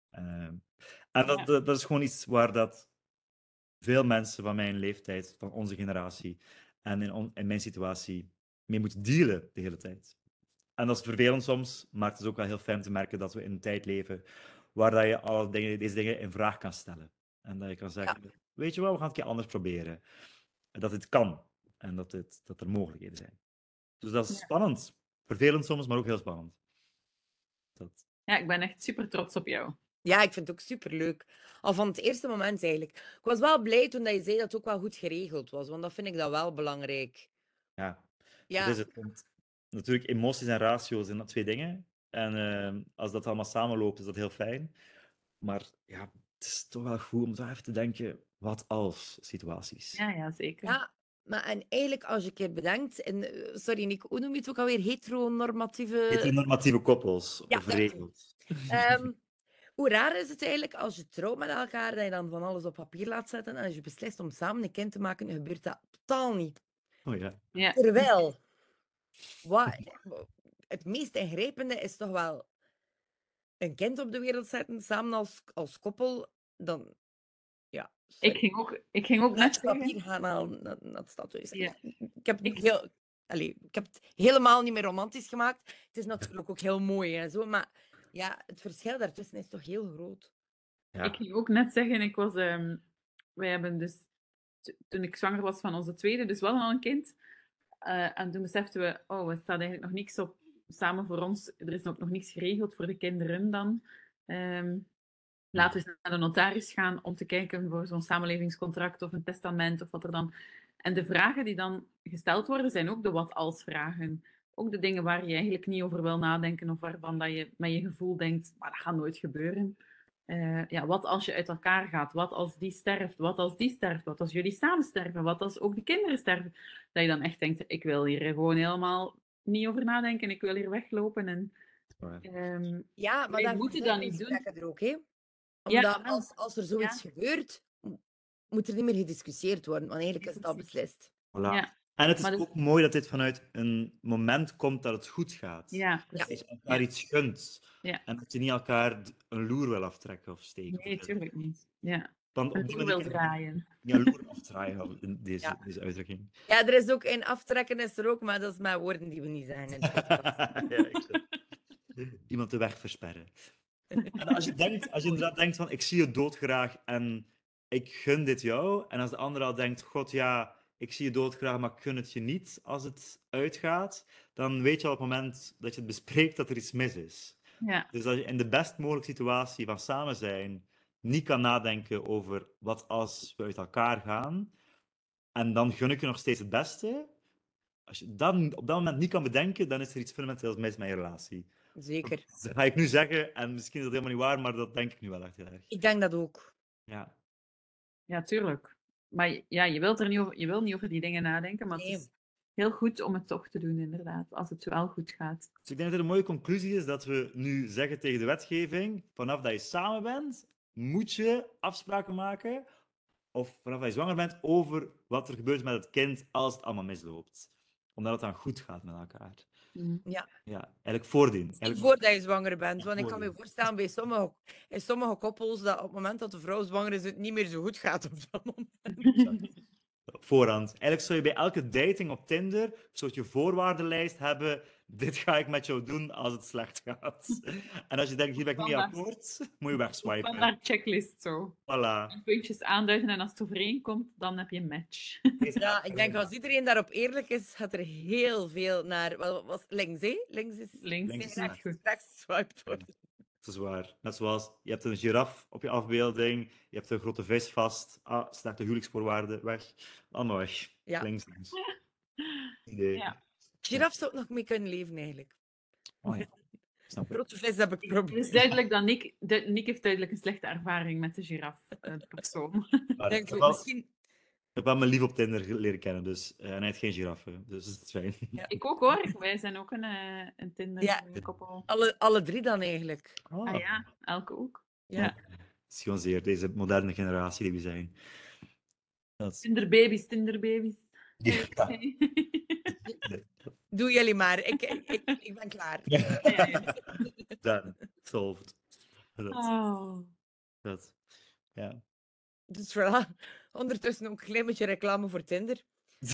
En dat is gewoon iets waar dat veel mensen van mijn leeftijd, van onze generatie en in mijn situatie mee moeten dealen de hele tijd. En dat is vervelend soms, maar het is ook wel heel fijn te merken dat we in een tijd leven waar dat je deze dingen in vraag kan stellen. En dat je kan zeggen, weet je wel, we gaan het een keer anders proberen. Dat het kan en dat er mogelijkheden zijn. Dus dat is spannend. Vervelend soms, maar ook heel spannend. Ja, ik ben echt super trots op jou. Ja, ik vind het ook superleuk. Al van het eerste moment eigenlijk. Ik was wel blij toen dat je zei dat het ook wel goed geregeld was, want dat vind ik dan wel belangrijk. Ja, Ja, dat is het. Want natuurlijk, emoties en ratio's zijn dat 2 dingen. En als dat allemaal samenloopt, is dat heel fijn. Maar ja, het is toch wel goed om zo even te denken, wat als situaties. Ja, zeker. ja, maar en eigenlijk als je een keer bedenkt, sorry Nico, hoe noem je het ook alweer? Heteronormatieve... Heteronormatieve koppels, Ja, of regels. Hoe raar is het eigenlijk als je trouwt met elkaar, dat je dan van alles op papier laat zetten en als je beslist om samen een kind te maken, gebeurt dat totaal niet. Oh ja. Ja. Terwijl, het meest ingrijpende is toch wel een kind op de wereld zetten, samen als koppel, dan... Ja, Ik ging ook net het zeggen... papier gaan halen naar het stadhuis. Ja. Ik heb het ik heb het helemaal niet meer romantisch gemaakt. Het is natuurlijk ook heel mooi en zo, maar ja, het verschil daartussen is toch heel groot. Ja. Ik ging ook net zeggen, wij hebben dus, toen ik zwanger was van onze tweede, dus wel al een kind. En toen beseften we, er staat eigenlijk nog niks op samen voor ons. Er is ook nog niks geregeld voor de kinderen dan. Laten we eens naar de notaris gaan om te kijken voor zo'n samenlevingscontract of een testament of wat er dan. En de vragen die dan gesteld worden, zijn ook de wat-als-vragen. Ook de dingen waar je eigenlijk niet over wil nadenken of waarvan dat je met je gevoel denkt, maar dat gaat nooit gebeuren. Ja, wat als je uit elkaar gaat? Wat als die sterft? Wat als die sterft? Wat als jullie samen sterven? Wat als ook de kinderen sterven? Dat je dan echt denkt, ik wil hier gewoon helemaal niet over nadenken. Ik wil hier weglopen. En, Ja, maar wij daarvoor moeten zijn dat die niet doen. gesprekken er ook, hè? Ja, Omdat als er zoiets ja. gebeurt, moet er niet meer gediscussieerd worden, want eigenlijk is het al Precies. beslist. Voilà. Ja. En het is Maar dus- ook mooi dat dit vanuit een moment komt dat het goed gaat. Ja, Dat precies. je elkaar Ja. iets gunt. Ja. En dat je niet elkaar een loer wil aftrekken of steken. Nee, tuurlijk niet. Ja. Want op Een die loer manier wil kan je draaien. niet een loer afdraaien in deze, Ja. deze uitdrukking. Ja, er is ook een aftrekken, is er ook, maar dat is met woorden die we niet zeggen in de podcast. Ja, exact. Iemand de weg versperren. En als je inderdaad denkt van, ik zie je doodgraag en ik gun dit jou. En als de ander al denkt, god ja, ik zie je doodgraag, maar ik gun het je niet als het uitgaat. Dan weet je al op het moment dat je het bespreekt dat er iets mis is. Ja. Dus als je in de best mogelijke situatie van samen zijn niet kan nadenken over wat als we uit elkaar gaan, en dan gun ik je nog steeds het beste. Als je dat op dat moment niet kan bedenken, dan is er iets fundamenteels mis met je relatie. Zeker. Dat ga ik nu zeggen, en misschien is dat helemaal niet waar, maar dat denk ik nu wel echt heel erg. Ik denk dat ook. Ja. Ja, tuurlijk. Maar ja, je wilt niet over die dingen nadenken, maar Nee. het is heel goed om het toch te doen, inderdaad, als het wel goed gaat. Dus ik denk dat het een mooie conclusie is dat we nu zeggen tegen de wetgeving, vanaf dat je samen bent, moet je afspraken maken, of vanaf dat je zwanger bent, over wat er gebeurt met het kind als het allemaal misloopt. Omdat het dan goed gaat met elkaar. Ja. Ja, eigenlijk voordien. Niet voordat je zwanger bent, want ik kan me voordien. voorstellen bij sommige koppels dat op het moment dat de vrouw zwanger is, het niet meer zo goed gaat op dat moment. Op voorhand. Eigenlijk zou je bij elke dating op Tinder een soort voorwaardenlijst hebben. Dit ga ik met jou doen als het slecht gaat. En als je denkt, hier ben ik niet Standaard. akkoord, moet je wegswipen. Standaard checklist zo. Voilà. Puntjes aanduiden en als het overeenkomt, dan heb je een match. Ja, ik denk als iedereen daarop eerlijk is, gaat er heel veel naar... Wat was links, hè? Links is... Links Links is is niet rechts. goed. Rechts swiped worden. Dat is waar. Net zoals, je hebt een giraf op je afbeelding, je hebt een grote vis vast, slechte huwelijksvoorwaarden, weg. Allemaal weg. Ja. Links. Idee. Ja. Giraf zou ook nog mee kunnen leven, eigenlijk. Oh ja. Snap je? Grote vis heb ik Het problemen. is duidelijk dat Nick heeft duidelijk een slechte ervaring met de giraf-persoon. Maar Denk ik zo, heb wel- misschien... ik heb wel mijn lief op Tinder leren kennen, dus, en hij heeft geen giraffe, dus dat is fijn. Ik ook hoor. Wij zijn ook een Tinder-koppel. Alle drie dan eigenlijk. Ah ja, elke ook. Ja. Ja. Het is gewoon zeer deze moderne generatie die we zijn. Dat is... Tinderbabies. Ja. Hey. Doe jullie maar. Ik ben klaar. Ja. Done. Solved. Dat. Oh. Dat. Ja. Dus voilà. Ondertussen ook een klein beetje reclame voor Tinder.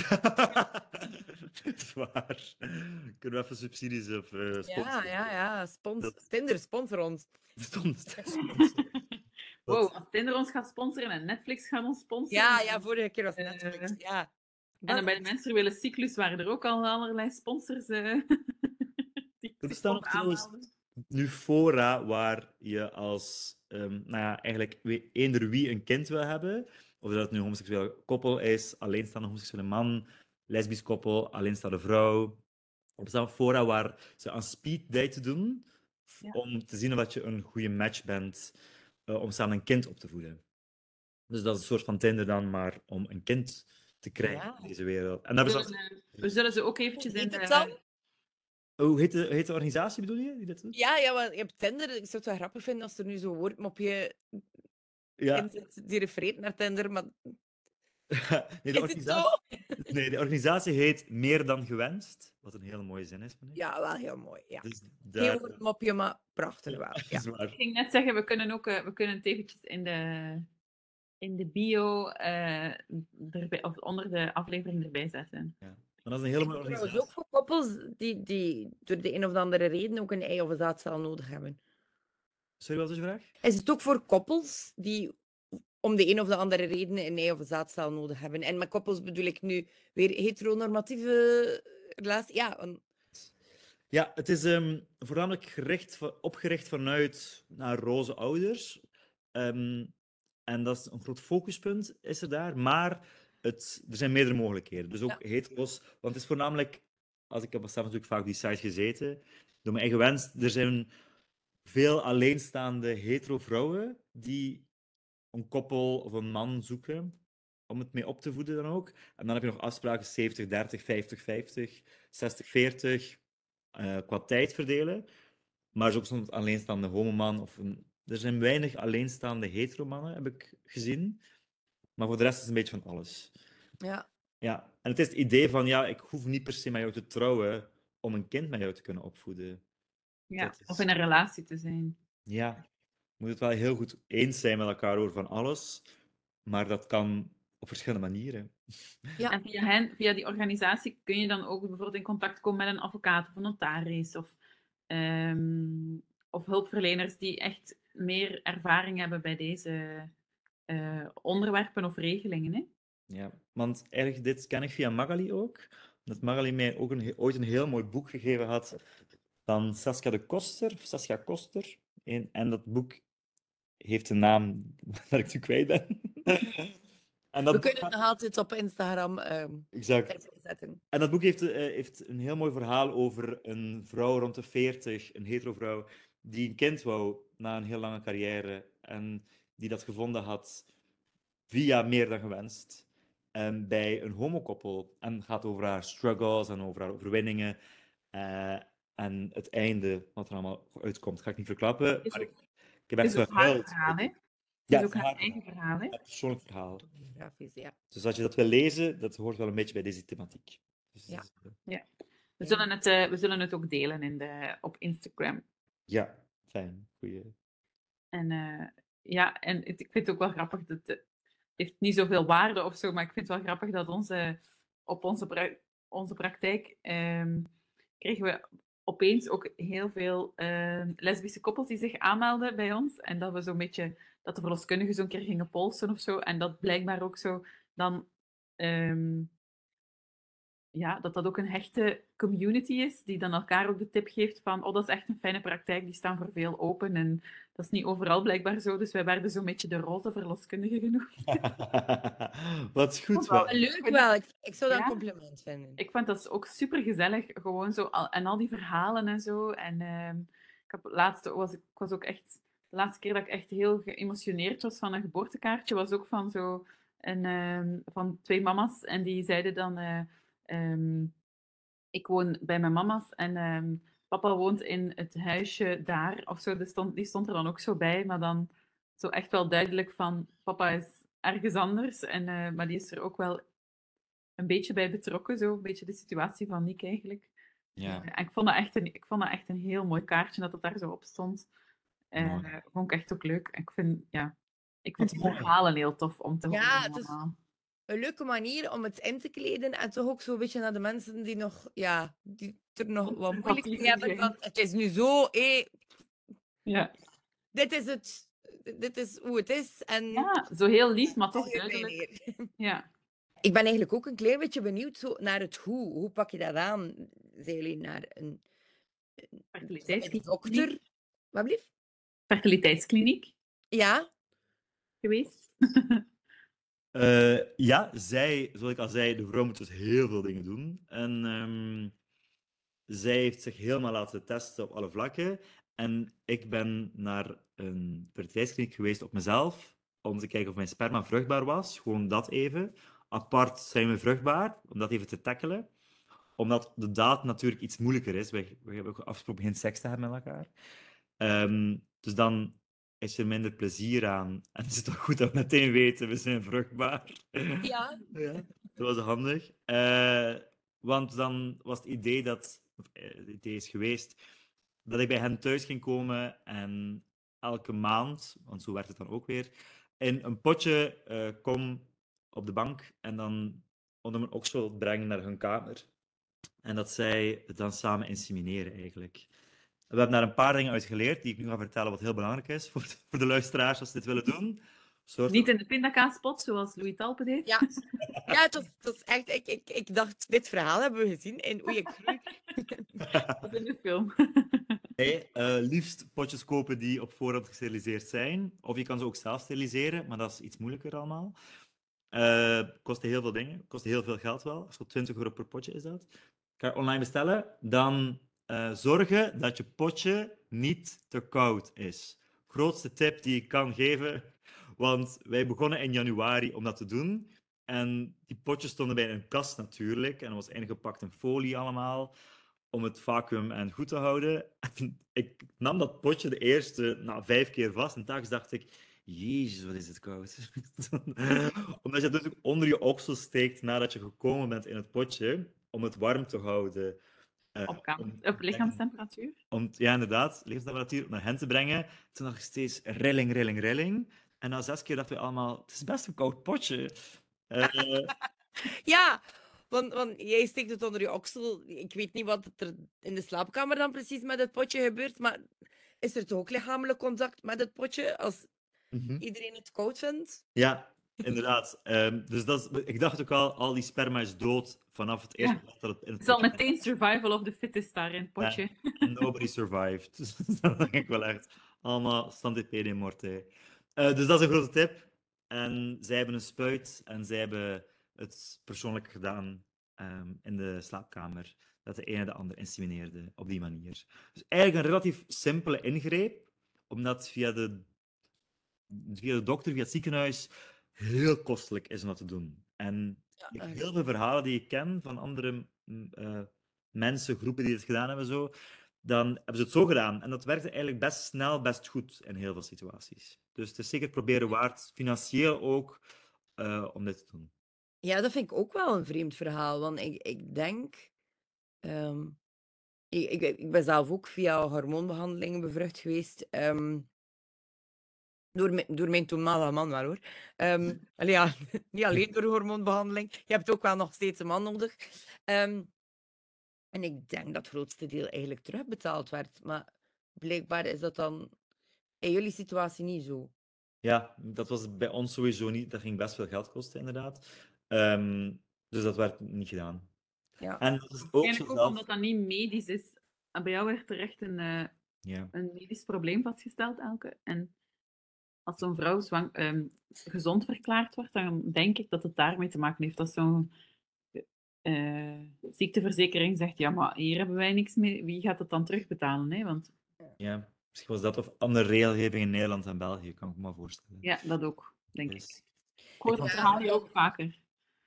Dat is waar. Kunnen we even subsidies of sponsoren? Ja. Dat- Tinder, sponsor ons. Stond. Wow, als Tinder ons gaat sponsoren en Netflix gaat ons sponsoren. Ja, vorige keer was Netflix. Ja. En dan bij de menstruele cyclus waren er ook al allerlei sponsors. Die Er zich bestaan ook ook trouwens aanmelden. nu fora waar je als, eigenlijk eender wie een kind wil hebben, of dat het nu een homoseksueel koppel is, alleenstaande homoseksuele man, lesbisch koppel, alleenstaande vrouw. Er bestaan fora waar ze aan speed date doen, Ja. om te zien of je een goede match bent om samen een kind op te voeden. Dus dat is een soort van Tinder dan, maar om een kind te krijgen Ja. in deze wereld. En dat is We zullen ze ook eventjes Hoe in heet het de... dan? hoe heet de organisatie, bedoel je, die dat doet? Ja, want je hebt Tinder. Ik zou het wel grappig vinden als er nu zo'n woordmopje Ja. in zit die refereert naar Tinder, maar Nee, is het zo? Nee, de organisatie heet Meer dan Gewenst, wat een hele mooie zin is, vind ik. Ja, wel heel mooi. Ja. Dus Geen daar... woordmopje, maar prachtig wel. Dat Ja. is waar. Ik ging net zeggen, we kunnen het eventjes in de bio of onder de aflevering erbij zetten. Ja. Maar dat is een hele mooie Trouwens organisatie. ook voor koppels die door de een of andere reden ook een ei of een zaadcel nodig hebben. Sorry, wat is je vraag? Is het ook voor koppels die om de een of de andere reden een ei of een zaadcel nodig hebben? En met koppels bedoel ik nu weer heteronormatieve relatie. Ja, Ja, het is voornamelijk opgericht vanuit naar roze ouders. En dat is een groot focuspunt, is er daar. Maar er zijn meerdere mogelijkheden. Dus ook hetero's. Want het is voornamelijk... Ik heb zelf natuurlijk vaak op die site gezeten. Door mijn eigen wens. Er zijn veel alleenstaande hetero vrouwen die een koppel of een man zoeken om het mee op te voeden dan ook. En dan heb je nog afspraken 70-30, 50-50, 60-40 qua tijd verdelen. Maar er is ook soms een alleenstaande homoman. Er zijn weinig alleenstaande hetero-mannen, heb ik gezien. Maar voor de rest is het een beetje van alles. Ja. Ja, en het is het idee van, ja, ik hoef niet per se met jou te trouwen om een kind met jou te kunnen opvoeden. Ja, Dat is- of in een relatie te zijn. Ja, je moet het wel heel goed eens zijn met elkaar over van alles. Maar dat kan op verschillende manieren. Ja. En via hen, via die organisatie, kun je dan ook bijvoorbeeld in contact komen met een advocaat of een notaris of hulpverleners die echt meer ervaring hebben bij deze onderwerpen of regelingen. Hè? Ja, want eigenlijk dit ken ik via Magali ook. Omdat Magali mij ook ooit een heel mooi boek gegeven had van Saskia Koster. En dat boek heeft een naam waar ik nu kwijt ben. En dat We boek kunnen het nog altijd op Instagram Exact. zetten. En dat boek heeft een heel mooi verhaal over een vrouw rond de 40, een hetero vrouw, die een kind wou na een heel lange carrière en die dat gevonden had via Meer dan gewenst bij een homokoppel. En het gaat over haar struggles en over haar overwinningen en het einde, wat er allemaal uitkomt, ga ik niet verklappen. Maar ik heb echt Het is ook haar gehuild. verhaal, hè? Het Ja, is ook het is haar haar eigen verhaal, hè? een persoonlijk verhaal. Autobiografisch, ja. Dus als je dat wil lezen, dat hoort wel een beetje bij deze thematiek. Dus, Ja. Ja. We zullen het ook delen op Instagram. Ja, fijn. Goeie. En ja, en ik vind het ook wel grappig dat het heeft niet zoveel waarde of zo, maar ik vind het wel grappig dat op onze praktijk kregen we opeens ook heel veel lesbische koppels die zich aanmelden bij ons. En dat we zo'n beetje, dat de verloskundigen zo'n keer gingen polsen of zo. En dat blijkbaar ook zo dan, ja, dat ook een hechte community is, die dan elkaar ook de tip geeft van, oh, dat is echt een fijne praktijk, die staan voor veel open. En dat is niet overal blijkbaar zo, dus wij werden zo'n beetje de roze verloskundige genoemd. Wat goed Wel, wel. Leuk wel. Ik zou dat Ja. een compliment vinden. Ik vond dat ook super gezellig, gewoon zo, en al die verhalen en zo. En ik was ook echt, de laatste keer dat ik echt heel geëmotioneerd was van een geboortekaartje, was ook van van twee mama's. En die zeiden dan, ik woon bij mijn mama's en papa woont in het huisje daar, of zo. Die stond er dan ook zo bij, maar dan zo echt wel duidelijk van, papa is ergens anders, maar die is er ook wel een beetje bij betrokken, zo een beetje de situatie van Nick eigenlijk. Ja. En ik vond dat echt een heel mooi kaartje dat het daar zo op stond. Mooi. Vond ik echt ook leuk. Ik vind Wat die mooi. verhalen heel tof om te Ja, horen. het is- allemaal. Een leuke manier om het in te kleden en toch ook zo'n beetje naar de mensen die nog, ja, die er nog wat moeilijk mee Sympathiever hebben. zijn. Van, het is nu zo, Ja. dit is het, dit is hoe het is. En Ja, zo heel lief, maar toch heel fijn duidelijk. hier. Ja. Ik ben eigenlijk ook een klein beetje benieuwd zo naar het hoe. Hoe pak je dat aan? Zijn jullie naar een Fertiliteitskliniek. dokter? Wat blieft? Fertiliteitskliniek Ja, geweest. Ja, zoals ik al zei, de vrouw moet dus heel veel dingen doen. En zij heeft zich helemaal laten testen op alle vlakken. En ik ben naar een fertiliteitskliniek geweest op mezelf, om te kijken of mijn sperma vruchtbaar was. Gewoon dat even. Apart zijn we vruchtbaar, om dat even te tackelen. Omdat de daad natuurlijk iets moeilijker is. We hebben ook afgesproken geen seks te hebben met elkaar. Dus dan is er minder plezier aan. En het is toch goed dat we meteen weten, we zijn vruchtbaar. ja. Ja, dat was handig. Want dan was het idee het idee is geweest, dat ik bij hen thuis ging komen en elke maand, want zo werkt het dan ook weer, in een potje kom op de bank en dan onder mijn oksel brengen naar hun kamer. En dat zij het dan samen insemineren, eigenlijk. We hebben daar een paar dingen uit geleerd, die ik nu ga vertellen, wat heel belangrijk is voor de luisteraars als ze dit willen doen. Niet in de pindakaaspot, zoals Louis Talpe deed. Ja, ja het was echt... Ik dacht, dit verhaal hebben we gezien in Oei, ik groei. Dat in de film. Nee, liefst potjes kopen die op voorhand gesteriliseerd zijn. Of je kan ze ook zelf steriliseren, maar dat is iets moeilijker allemaal. Kosten heel veel dingen. Kosten heel veel geld wel. Zo'n 20 euro per potje is dat. Ga je online bestellen, dan zorgen dat je potje niet te koud is. Grootste tip die ik kan geven, want wij begonnen in januari om dat te doen. En die potjes stonden bij een kast natuurlijk. En dat was ingepakt in folie allemaal, om het vacuüm en goed te houden. En ik nam dat potje de eerste 5 keer vast. En telkens dacht ik, jezus, wat is het koud. Omdat je het dus ook onder je oksel steekt nadat je gekomen bent in het potje, om het warm te houden. Op lichaamstemperatuur. Ja, inderdaad, levenstemperatuur naar hen te brengen. Toen dacht ik steeds rilling, rilling, rilling. En na 6 keer dachten we allemaal, het is best een koud potje. Ja, want jij steekt het onder je oksel. Ik weet niet wat er in de slaapkamer dan precies met het potje gebeurt, maar is er toch ook lichamelijk contact met het potje als iedereen het koud vindt? Ja, inderdaad. Dus ik dacht ook al die sperma is dood vanaf het eerste Ja. moment dat het in het Het is al potje meteen survival of the fittest daar in het potje. Nobody survived. Dus dat denk ik wel echt. Allemaal stantipede morte. Dus dat is een grote tip. En zij hebben een spuit en zij hebben het persoonlijk gedaan in de slaapkamer. Dat de ene de ander insemineerde op die manier. Dus eigenlijk een relatief simpele ingreep, omdat via de dokter, via het ziekenhuis, heel kostelijk is om dat te doen. En ik heb heel veel verhalen die ik ken van andere mensen, groepen die het gedaan hebben, zo, dan hebben ze het zo gedaan. En dat werkte eigenlijk best snel, best goed in heel veel situaties. Dus het is zeker proberen waard, financieel ook, om dit te doen. Ja, dat vind ik ook wel een vreemd verhaal, want ik denk... ik ben zelf ook via hormoonbehandelingen bevrucht geweest. Door mijn toenmalige man wel, hoor. Allee, ja, niet alleen door hormoonbehandeling. Je hebt ook wel nog steeds een man nodig. En ik denk dat het grootste deel eigenlijk terugbetaald werd. Maar blijkbaar is dat dan in jullie situatie niet zo. Ja, dat was bij ons sowieso niet. Dat ging best veel geld kosten, inderdaad. Dus dat werd niet gedaan. Ja. En dat is ook zo Waarschijnlijk ook zelf... omdat dat niet medisch is. En bij jou werd er echt Ja. een medisch probleem vastgesteld, Elke. En als zo'n vrouw gezond verklaard wordt, dan denk ik dat het daarmee te maken heeft. Dat zo'n ziekteverzekering zegt, ja, maar hier hebben wij niks mee. Wie gaat het dan terugbetalen? Hè? Want Ja, misschien was dat of andere regelgeving in Nederland en België, kan ik me maar voorstellen. ja, dat ook, denk Dus- ik. Ik hoor dat verhaal hier ook vaker.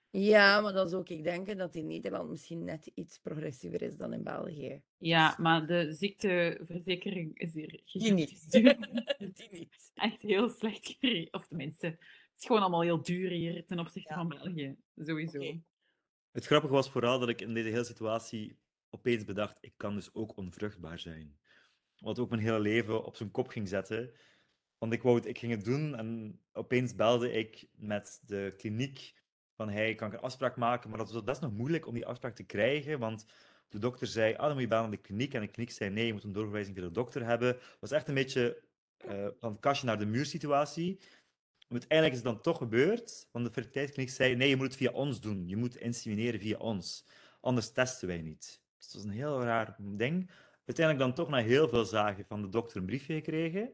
Ja, maar dan zou ik denken dat in Nederland misschien net iets progressiever is dan in België. Ja, maar de ziekteverzekering is hier Die niet. gigantisch. Die niet. Echt heel slecht geregeld. Of tenminste, het is gewoon allemaal heel duur hier ten opzichte van België. Sowieso. Oké. Het grappige was vooral dat ik in deze hele situatie opeens bedacht, ik kan dus ook onvruchtbaar zijn. Wat ook mijn hele leven op zijn kop ging zetten. Want ik ging het doen en opeens belde ik met de kliniek van, hey, kan ik een afspraak maken? Maar dat was best nog moeilijk om die afspraak te krijgen, want de dokter zei, dan moet je bellen naar de kliniek. En de kliniek zei, nee, je moet een doorverwijzing via de dokter hebben. Het was echt een beetje van het kastje naar de muur situatie. Maar uiteindelijk is het dan toch gebeurd, want de fertiliteitskliniek zei, nee, je moet het via ons doen. Je moet insemineren via ons. Anders testen wij niet. Dus dat was een heel raar ding. Uiteindelijk dan toch na heel veel zagen van de dokter een briefje gekregen.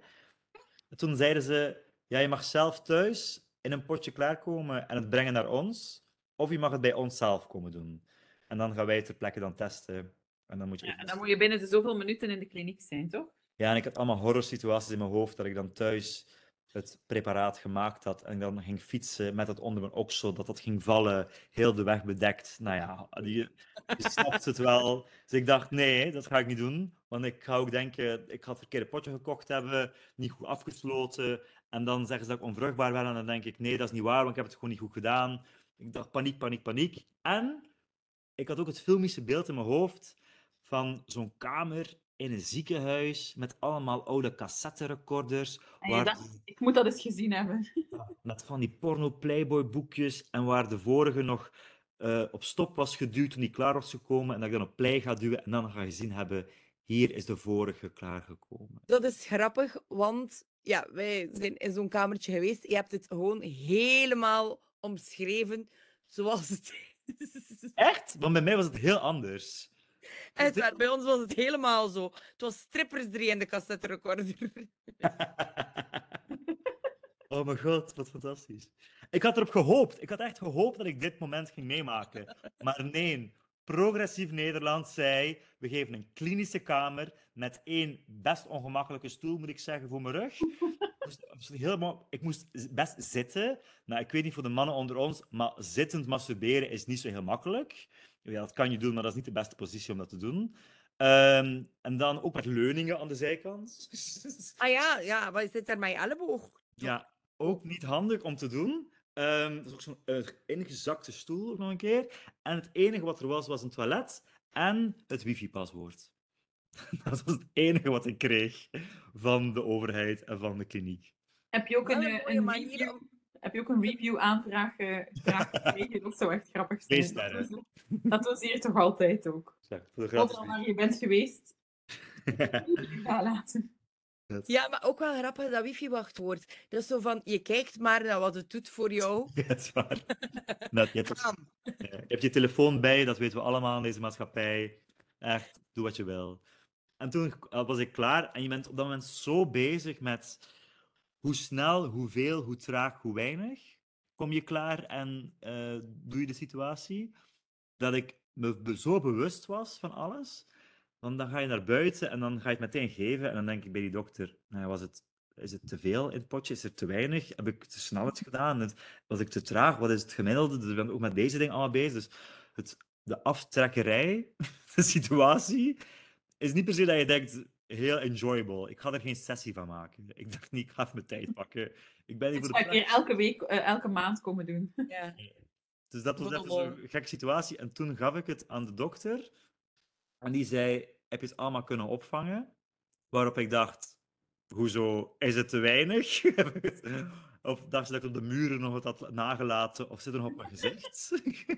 En toen zeiden ze, ja, je mag zelf thuis in een potje klaarkomen en het brengen naar ons. Of je mag het bij ons zelf komen doen. En dan gaan wij ter plekke dan testen. En dan moet je Ja, even... en dan moet je binnen de zoveel minuten in de kliniek zijn, toch? Ja, en ik had allemaal horrorsituaties in mijn hoofd dat ik dan thuis het preparaat gemaakt had en ik dan ging fietsen met het onder mijn oksel, dat dat ging vallen, heel de weg bedekt. Nou ja, je snapt het wel. Dus ik dacht, nee, dat ga ik niet doen. Want ik ga ook denken, ik ga het verkeerde potje gekocht hebben, niet goed afgesloten. En dan zeggen ze dat ik onvruchtbaar ben en dan denk ik, nee, dat is niet waar, want ik heb het gewoon niet goed gedaan. Ik dacht, paniek, paniek, paniek. En ik had ook het filmische beeld in mijn hoofd van zo'n kamer in een ziekenhuis met allemaal oude cassetterecorders, Ik moet dat eens gezien hebben. met van die porno-playboy-boekjes en waar de vorige nog op stop was geduwd toen die klaar was gekomen en dat ik dan op play ga duwen en dan ga je zien hebben, hier is de vorige klaargekomen. Dat is grappig, want ja, wij zijn in zo'n kamertje geweest. Je hebt het gewoon helemaal omschreven zoals het is. Echt? Want bij mij was het heel anders. Echt waar, bij ons was het helemaal zo. Het was strippers 3 in de cassette recorder. Oh mijn god, wat fantastisch. Ik had erop gehoopt. Ik had echt gehoopt dat ik dit moment ging meemaken. Maar nee, Progressief Nederland zei: we geven een klinische kamer met één best ongemakkelijke stoel, moet ik zeggen, voor mijn rug. Ik moest best zitten. Nou, ik weet niet voor de mannen onder ons, maar zittend masturberen is niet zo heel makkelijk. Ja, dat kan je doen, maar dat is niet de beste positie om dat te doen. En dan ook met leuningen aan de zijkant. Ah ja, maar je zit daar met je elleboog. Ja, ook niet handig om te doen. Dat is ook zo'n ingezakte stoel ook nog een keer. En het enige wat er was, was een toilet en het wifi-paswoord. Dat was het enige wat ik kreeg van de overheid en van de kliniek. Heb je ook Wel een een mooie manier review? om... Heb je ook een review-aanvraag gekregen? Dat zou echt grappig zijn. 2 sterren. Dat was hier toch altijd ook. Zeg, voor de Overal gratis waar je bent geweest, niet. nalaten. Ja, maar ook wel grappig, dat wifi-wachtwoord. Dat is zo van, je kijkt maar naar wat het doet voor jou. Ja, dat is waar. Net, je hebt, Bam. je hebt je telefoon bij, dat weten we allemaal in deze maatschappij. Echt, doe wat je wil. En toen was ik klaar en je bent op dat moment zo bezig met hoe snel, hoeveel, hoe traag, hoe weinig kom je klaar en doe je de situatie, dat ik me zo bewust was van alles. Want dan ga je naar buiten en dan ga je het meteen geven en dan denk ik bij die dokter, nou, is het te veel in het potje? Is er te weinig? Heb ik te snel het gedaan? Was ik te traag? Wat is het gemiddelde? Dus ik ben ook met deze dingen allemaal bezig. Dus de aftrekkerij, de situatie, is niet per se dat je denkt, heel enjoyable. Ik ga er geen sessie van maken. Ik dacht niet, ik ga even mijn tijd pakken. Ik ben hier Dat voor ga de ik hier elke week, elke maand komen doen. Ja. Dus dat was Voor de even lol. zo'n gekke situatie. En toen gaf ik het aan de dokter. En die zei, heb je het allemaal kunnen opvangen? Waarop ik dacht, hoezo, is het te weinig? Of dacht je dat ik op de muren nog wat had nagelaten? Of zit er nog op mijn gezicht?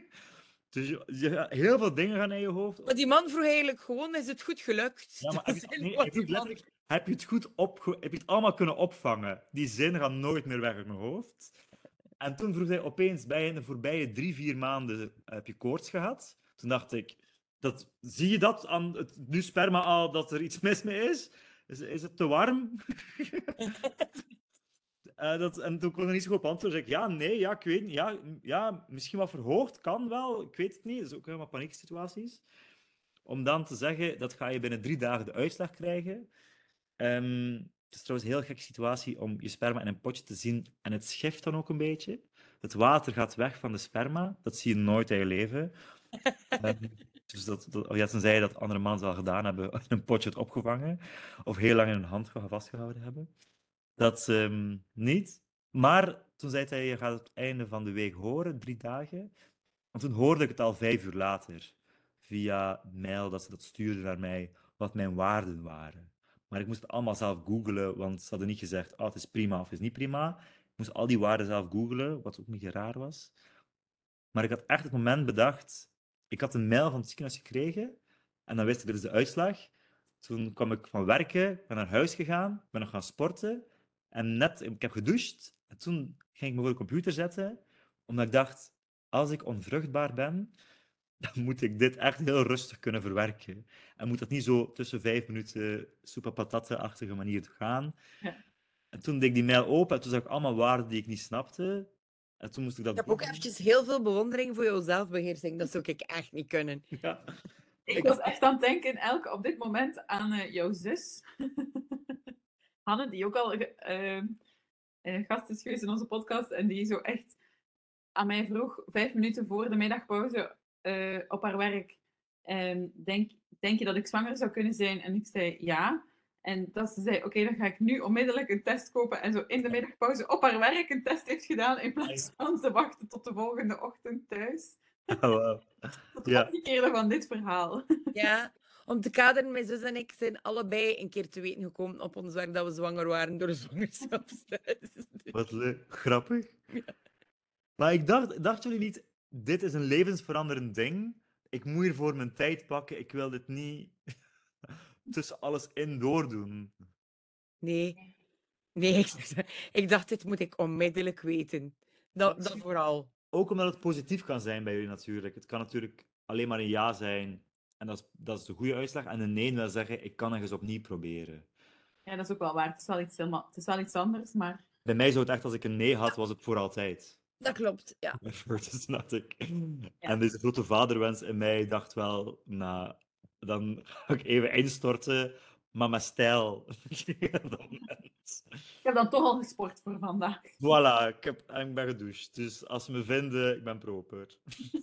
Dus heel veel dingen gaan in je hoofd. Maar die man vroeg eigenlijk gewoon, is het goed gelukt? Ja, maar Dat heb is je, eigenlijk nee, wat hij die vroeg man... letterlijk, heb je het goed heb je het allemaal kunnen opvangen? Die zin gaat nooit meer weg uit mijn hoofd. En toen vroeg hij opeens, bij in de voorbije 3-4 maanden heb je koorts gehad? Toen dacht ik, zie je dat aan het nu sperma al, dat er iets mis mee is? Is het te warm? En toen kon hij niet zo goed op antwoorden. Zei ik, ja, nee, ja, ik weet niet. Ja, misschien wat verhoogd, kan wel. Ik weet het niet. Dat is ook helemaal panieksituaties. Om dan te zeggen, dat ga je binnen 3 dagen de uitslag krijgen. Het is trouwens een heel gekke situatie om je sperma in een potje te zien en het schift dan ook een beetje. Het water gaat weg van de sperma. Dat zie je nooit in je leven. Dus ja, tenzij dat andere mannen het al gedaan hebben, in een potje het opgevangen. Of heel lang in hun hand vastgehouden hebben. Dat niet. Maar toen zei hij, je gaat het einde van de week horen, 3 dagen. En toen hoorde ik het al 5 uur later, via mail, dat ze dat stuurden naar mij, wat mijn waarden waren. Maar ik moest het allemaal zelf googlen, want ze hadden niet gezegd, het is prima of het is niet prima. Ik moest al die waarden zelf googlen, wat ook een beetje raar was. Maar ik had echt het moment bedacht, ik had een mail van het ziekenhuis gekregen, en dan wist ik, dit is de uitslag. Toen kwam ik van werken, ben naar huis gegaan, ben nog gaan sporten, en ik heb gedoucht, en toen ging ik me voor de computer zetten, omdat ik dacht, als ik onvruchtbaar ben, dan moet ik dit echt heel rustig kunnen verwerken. En moet dat niet zo tussen 5 minuten soepa patate-achtige manier gaan. Ja. En toen deed ik die mail open en toen zag ik allemaal waarden die ik niet snapte. En toen moest ik dat Ik heb ook googlen. eventjes heel veel bewondering voor jouw zelfbeheersing. Dat zou ik echt niet kunnen. Ja. Ik was echt aan het denken, Elke, op dit moment aan jouw zus. Hanne, die ook al gast is geweest in onze podcast. En die zo echt aan mij vroeg, 5 minuten voor de middagpauze op haar werk. Denk je dat ik zwanger zou kunnen zijn? En ik zei ja. En dat ze zei, oké, dan ga ik nu onmiddellijk een test kopen. En zo in de middagpauze op haar werk een test heeft gedaan. In plaats van te wachten tot de volgende ochtend thuis. Oh, wow. Tot Ja. omgekeerde van dit verhaal. Ja, om te kaderen, mijn zus en ik zijn allebei een keer te weten gekomen op ons werk dat we zwanger waren door een zwangerschapstest. Wat leuk. Grappig. Maar ik dacht jullie niet, dit is een levensveranderend ding. Ik moet hiervoor mijn tijd pakken. Ik wil dit niet tussen alles in doordoen. Nee, ik dacht, dit moet ik onmiddellijk weten. Dat vooral. Ook omdat het positief kan zijn bij jullie natuurlijk. Het kan natuurlijk alleen maar een ja zijn En dat is de goede uitslag. En een nee wil zeggen, ik kan nog eens opnieuw proberen. Ja, dat is ook wel waar. Het is wel iets anders, maar... Bij mij zou het echt, als ik een nee had, was het voor altijd. Dat klopt, ja. Dus snap ik. Ja. En deze grote vaderwens in mij dacht wel, nou, dan ga ik even instorten, maar met stijl. Dat moment. Ik heb dan toch al gesport voor vandaag. Voilà, ik ben gedoucht. Dus als ze me vinden, ik ben proper.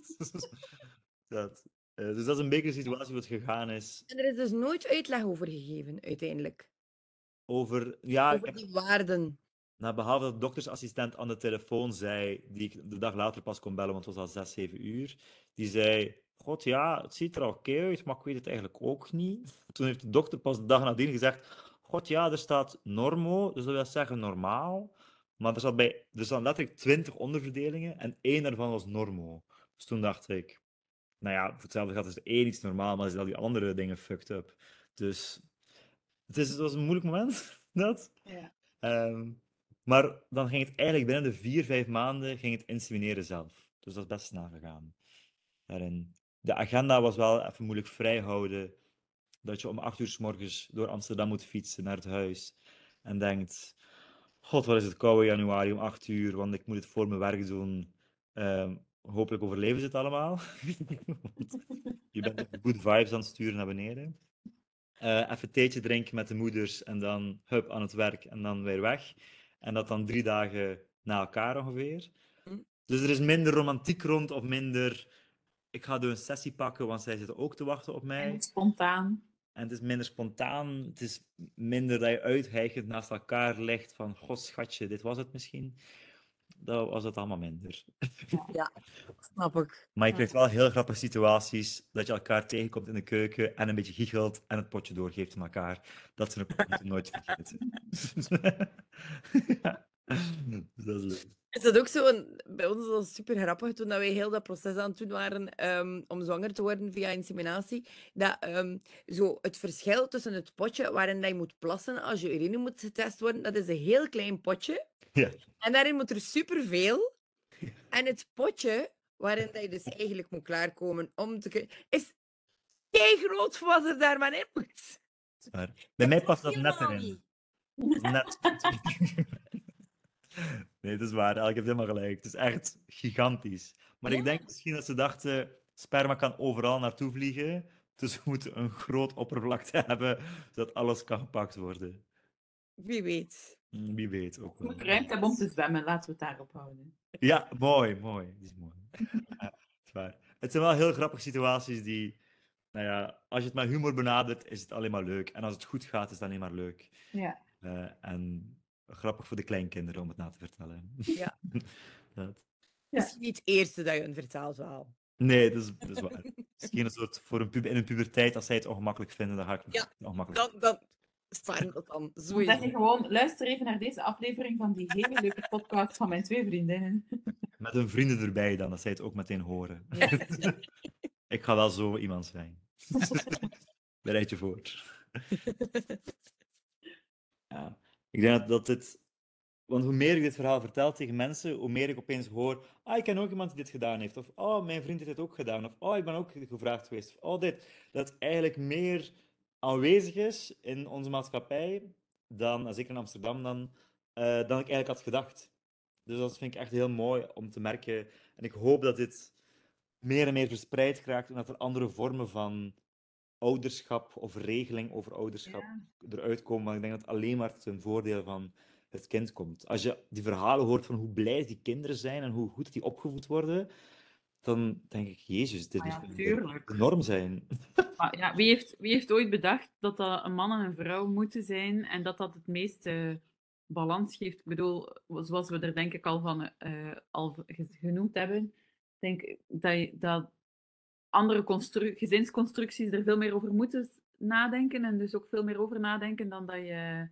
Dat. Dus dat is een beetje de situatie hoe het gegaan is. En er is dus nooit uitleg over gegeven, uiteindelijk. Over, ja, ik Over heb, die waarden. nou, behalve dat de doktersassistent aan de telefoon zei, die ik de dag later pas kon bellen, want het was al 6, 7 uur, die zei, god ja, het ziet er oké uit, maar ik weet het eigenlijk ook niet. Toen heeft de dokter pas de dag nadien gezegd, god ja, er staat normo, dus dat wil zeggen normaal. Maar er staan letterlijk 20 onderverdelingen en één daarvan was normo. Dus toen dacht ik, nou ja, voor hetzelfde geld is er één iets normaal, maar is al die andere dingen fucked up. Dus het was een moeilijk moment, dat. Ja. Ehm, maar dan ging het eigenlijk binnen de 4, 5 maanden ging het insemineren zelf. Dus dat is best snel gegaan. Daarin. De agenda was wel even moeilijk vrijhouden. Dat je om 8 uur 's morgens door Amsterdam moet fietsen naar het huis. En denkt, god, wat is het koude januari om 8 uur, want ik moet het voor mijn werk doen. Hopelijk overleven ze het allemaal. Want je bent met good vibes aan het sturen naar beneden. Even theetje drinken met de moeders en dan hup aan het werk en dan weer weg. En dat dan 3 dagen na elkaar ongeveer. Hm. Dus er is minder romantiek rond of minder. Ik ga door een sessie pakken, want zij zitten ook te wachten op mij. En spontaan. En het is minder spontaan. Het is minder dat je uithijgend naast elkaar ligt van, god schatje, dit was het misschien. Dat was het allemaal minder. Ja, snap ik. Maar je krijgt wel heel grappige situaties dat je elkaar tegenkomt in de keuken en een beetje giechelt en het potje doorgeeft aan elkaar. Dat ze het nooit vergeten. Ja. Dus dat is leuk. Is dat ook zo? Bij ons was het super grappig toen dat wij heel dat proces aan het doen waren om zwanger te worden via inseminatie. Dat zo het verschil tussen het potje waarin dat je moet plassen als je urine moet getest worden, dat is een heel klein potje. Ja. En daarin moet er superveel. En het potje waarin dat je dus eigenlijk moet klaarkomen om te kunnen, is groot voor wat er daar maar in moet. Maar bij mij past dat klopt net helemaal erin. niet. Net. Nee, dat is waar. Ik heb helemaal gelijk. Het is echt gigantisch. Maar ik Ja. denk misschien dat ze dachten, sperma kan overal naartoe vliegen, dus we moeten een groot oppervlakte hebben, zodat alles kan gepakt worden. Wie weet. Wie weet ook Je wel. moet ruimte hebben om te zwemmen, laten we het daarop houden. Ja, mooi, mooi. Die is mooi. Ja, het is waar. Het zijn wel heel grappige situaties die, nou ja, als je het met humor benadert, is het alleen maar leuk. En als het goed gaat, is het alleen maar leuk. Ja. En grappig voor de kleinkinderen om het na te vertellen. Ja. Dat. Misschien niet het eerste dat je een vertaalzaal. Nee, dat is waar. Misschien een soort voor in een puberteit, als zij het ongemakkelijk vinden, dan ga ik het Ja, ongemakkelijk. Dan sparen dat dan. Dan zeg je Sowieso. gewoon, luister even naar deze aflevering van die hele leuke podcast van mijn 2 vriendinnen. Met hun vrienden erbij dan, dat zij het ook meteen horen. Ik ga wel zo iemand zijn. Bereid je voor. Ja. Ik denk dat dit... Want hoe meer ik dit verhaal vertel tegen mensen, hoe meer ik opeens hoor, ik ken ook iemand die dit gedaan heeft. Of, mijn vriend heeft dit ook gedaan. Of, ik ben ook gevraagd geweest. Of, dit. Dat het eigenlijk meer aanwezig is in onze maatschappij, dan, zeker in Amsterdam, dan ik eigenlijk had gedacht. Dus dat vind ik echt heel mooi om te merken. En ik hoop dat dit meer en meer verspreid geraakt en dat er andere vormen van ouderschap of regeling over ouderschap eruit komen. Maar ik denk dat het alleen maar ten voordeel van het kind komt. Als je die verhalen hoort van hoe blij die kinderen zijn en hoe goed die opgevoed worden, dan denk ik, Jezus, dit ja, moet tuurlijk. de norm zijn. Maar ja, wie heeft ooit bedacht dat dat een man en een vrouw moeten zijn en dat dat het meeste balans geeft? Ik bedoel, zoals we er denk ik al genoemd hebben, denk ik dat andere gezinsconstructies er veel meer over moeten nadenken en dus ook veel meer over nadenken dan dat je,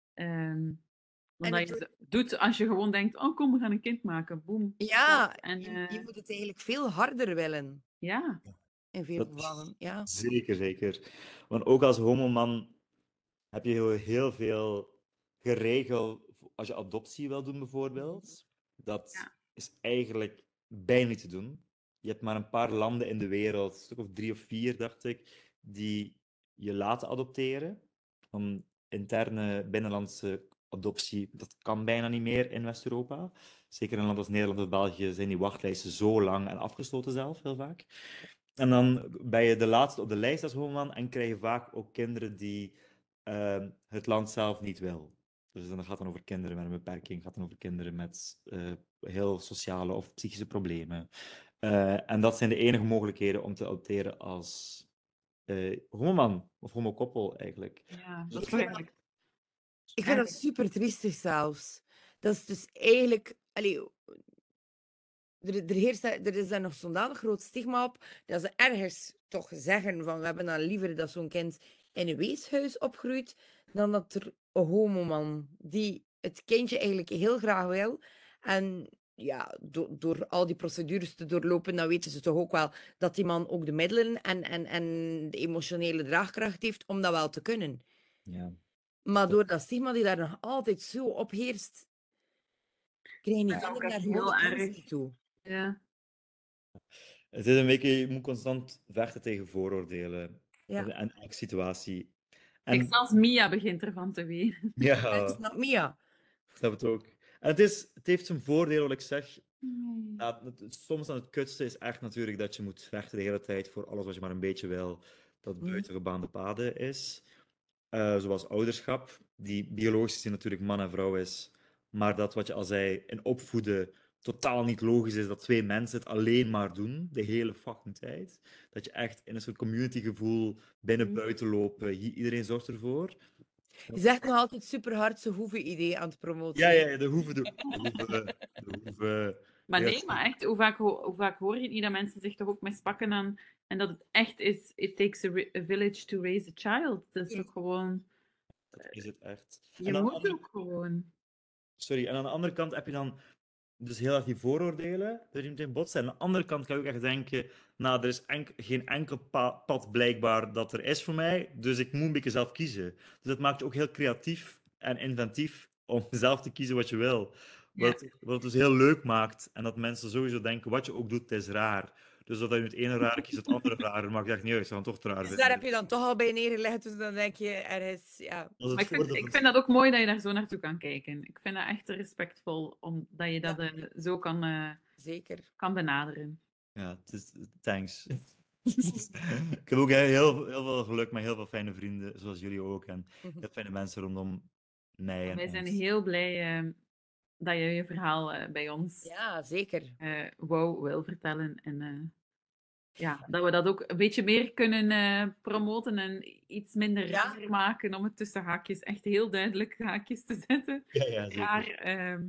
doet als je gewoon denkt, oh kom, we gaan een kind maken, boem. Ja, En, je moet het eigenlijk veel harder willen. ja. In veel gevallen, ja. Zeker, zeker. Want ook als homoman heb je heel veel geregeld als je adoptie wil doen, bijvoorbeeld. Dat is eigenlijk bijna niet te doen. je hebt maar een paar landen in de wereld, een stuk of 3 of 4, dacht ik, die je laten adopteren. Van interne binnenlandse adoptie, dat kan bijna niet meer in West-Europa. Zeker in een land als Nederland of België zijn die wachtlijsten zo lang en afgesloten zelf, heel vaak. En dan ben je de laatste op de lijst als homoman en krijg je vaak ook kinderen die het land zelf niet wil. Dus dan gaat het over kinderen met een beperking, gaat dan over kinderen met heel sociale of psychische problemen. En dat zijn de enige mogelijkheden om te adopteren als homoman of homokoppel eigenlijk. Ja, Ik dat is toch vind eigenlijk... Ik vind dat super triestig zelfs. Dat is dus eigenlijk... Allee, er is daar nog zo'n groot stigma op, dat ze ergens toch zeggen van we hebben dan liever dat zo'n kind in een weeshuis opgroeit, dan dat er een homoman die het kindje eigenlijk heel graag wil. En ja, door al die procedures te doorlopen, dan weten ze toch ook wel dat die man ook de middelen en de emotionele draagkracht heeft om dat wel te kunnen. Ja. Maar door dat stigma die daar nog altijd zo op heerst, krijgen die Dat is ook kinderen daar echt gewoon de heel kans erg. niet toe. Ja. Het is een beetje, je moet constant vechten tegen vooroordelen Ja. en elke situatie. Kijk, En zelfs Mia begint ervan te weten. Dat ja, is not Mia. ik snap het ook. En het heeft zijn voordeel, wat ik zeg. Ja, soms aan het kutste is echt natuurlijk dat je moet vechten de hele tijd voor alles wat je maar een beetje wil, dat Mhm. buiten gebaande paden is. Zoals ouderschap, die biologisch gezien natuurlijk man en vrouw is, maar dat wat je al zei, in opvoeden totaal niet logisch is dat twee mensen het alleen maar doen, de hele fucking tijd. Dat je echt in een soort communitygevoel binnen-buiten lopen, iedereen zorgt ervoor. Je zegt nog altijd super hard zijn hoeven-idee aan het promoten. Ja, de hoeven, de hoeven. Maar Ja, nee, maar echt, hoe vaak hoor je niet dat mensen zich toch ook mispakken aan... En dat het echt is, it takes a village to raise a child. Dat is Ja. ook gewoon... dat is het echt. Je En aan de moet andere- ook gewoon... Sorry, en aan de andere kant heb je dan dus heel erg die vooroordelen die meteen botsen. En aan de andere kant kan je ook echt denken, nou, er is geen enkel pad blijkbaar dat er is voor mij, dus ik moet een beetje zelf kiezen. Dus dat maakt je ook heel creatief en inventief om zelf te kiezen wat je wil. Ja. Wat het dus heel leuk maakt en dat mensen sowieso denken, wat je ook doet, het is raar. Dus of dat je het ene raar kiest, het andere raar, maakt echt niet uit. Ze gaan toch raar Dus vinden. daar heb je dan toch al bij neergelegd, dus dan denk je, er is, ja... Als het Maar voordeel ik van- vind dat ook mooi dat je daar zo naartoe kan kijken. Ik vind dat echt respectvol, omdat je dat zo Zeker. kan benaderen. Ja, het is, thanks. Ik heb ook heel veel geluk met heel veel fijne vrienden, zoals jullie ook. En heel fijne mensen rondom mij en Wij zijn ons. heel blij dat je je verhaal bij ons Ja, zeker. wil vertellen. En ja, dat we dat ook een beetje meer kunnen promoten en iets minder Ja. raar maken om het tussen haakjes, echt heel duidelijk haakjes te zetten. Ja, zeker. Raar,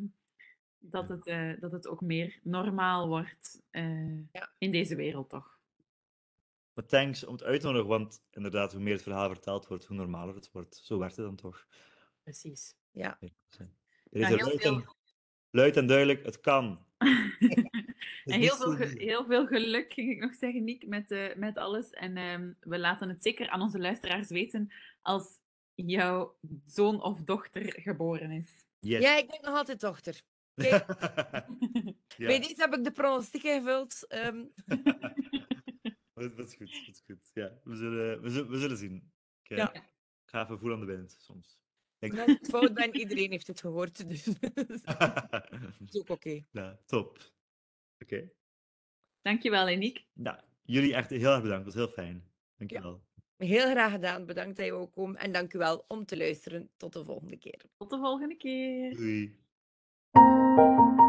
dat het ook meer normaal wordt in deze wereld, toch? Maar thanks om het uit te nodigen, want inderdaad, hoe meer het verhaal verteld wordt, hoe normaler het wordt. Zo werkt het dan toch. Precies. Ja. Er Ja, is heel luid en duidelijk, het kan. En heel veel geluk, ging ik nog zeggen, Niek, met alles. En we laten het zeker aan onze luisteraars weten als jouw zoon of dochter geboren is. Yes. Ja, ik denk nog altijd dochter. Kijk, Ja, bij deze heb ik de pronostieken gevuld. dat is goed. Dat is goed. Ja, we zullen zien. Ja. Ik ga even voelen aan de wind soms. En als ik fout ben, iedereen heeft het gehoord, dus dat is ook oké. Ja, top. Oké. Dankjewel, Niek. Nou, jullie echt heel erg bedankt. Dat was heel fijn. Dankjewel. Heel graag gedaan. Bedankt dat je wou komen. En dank u wel om te luisteren. Tot de volgende keer. Tot de volgende keer. Doei.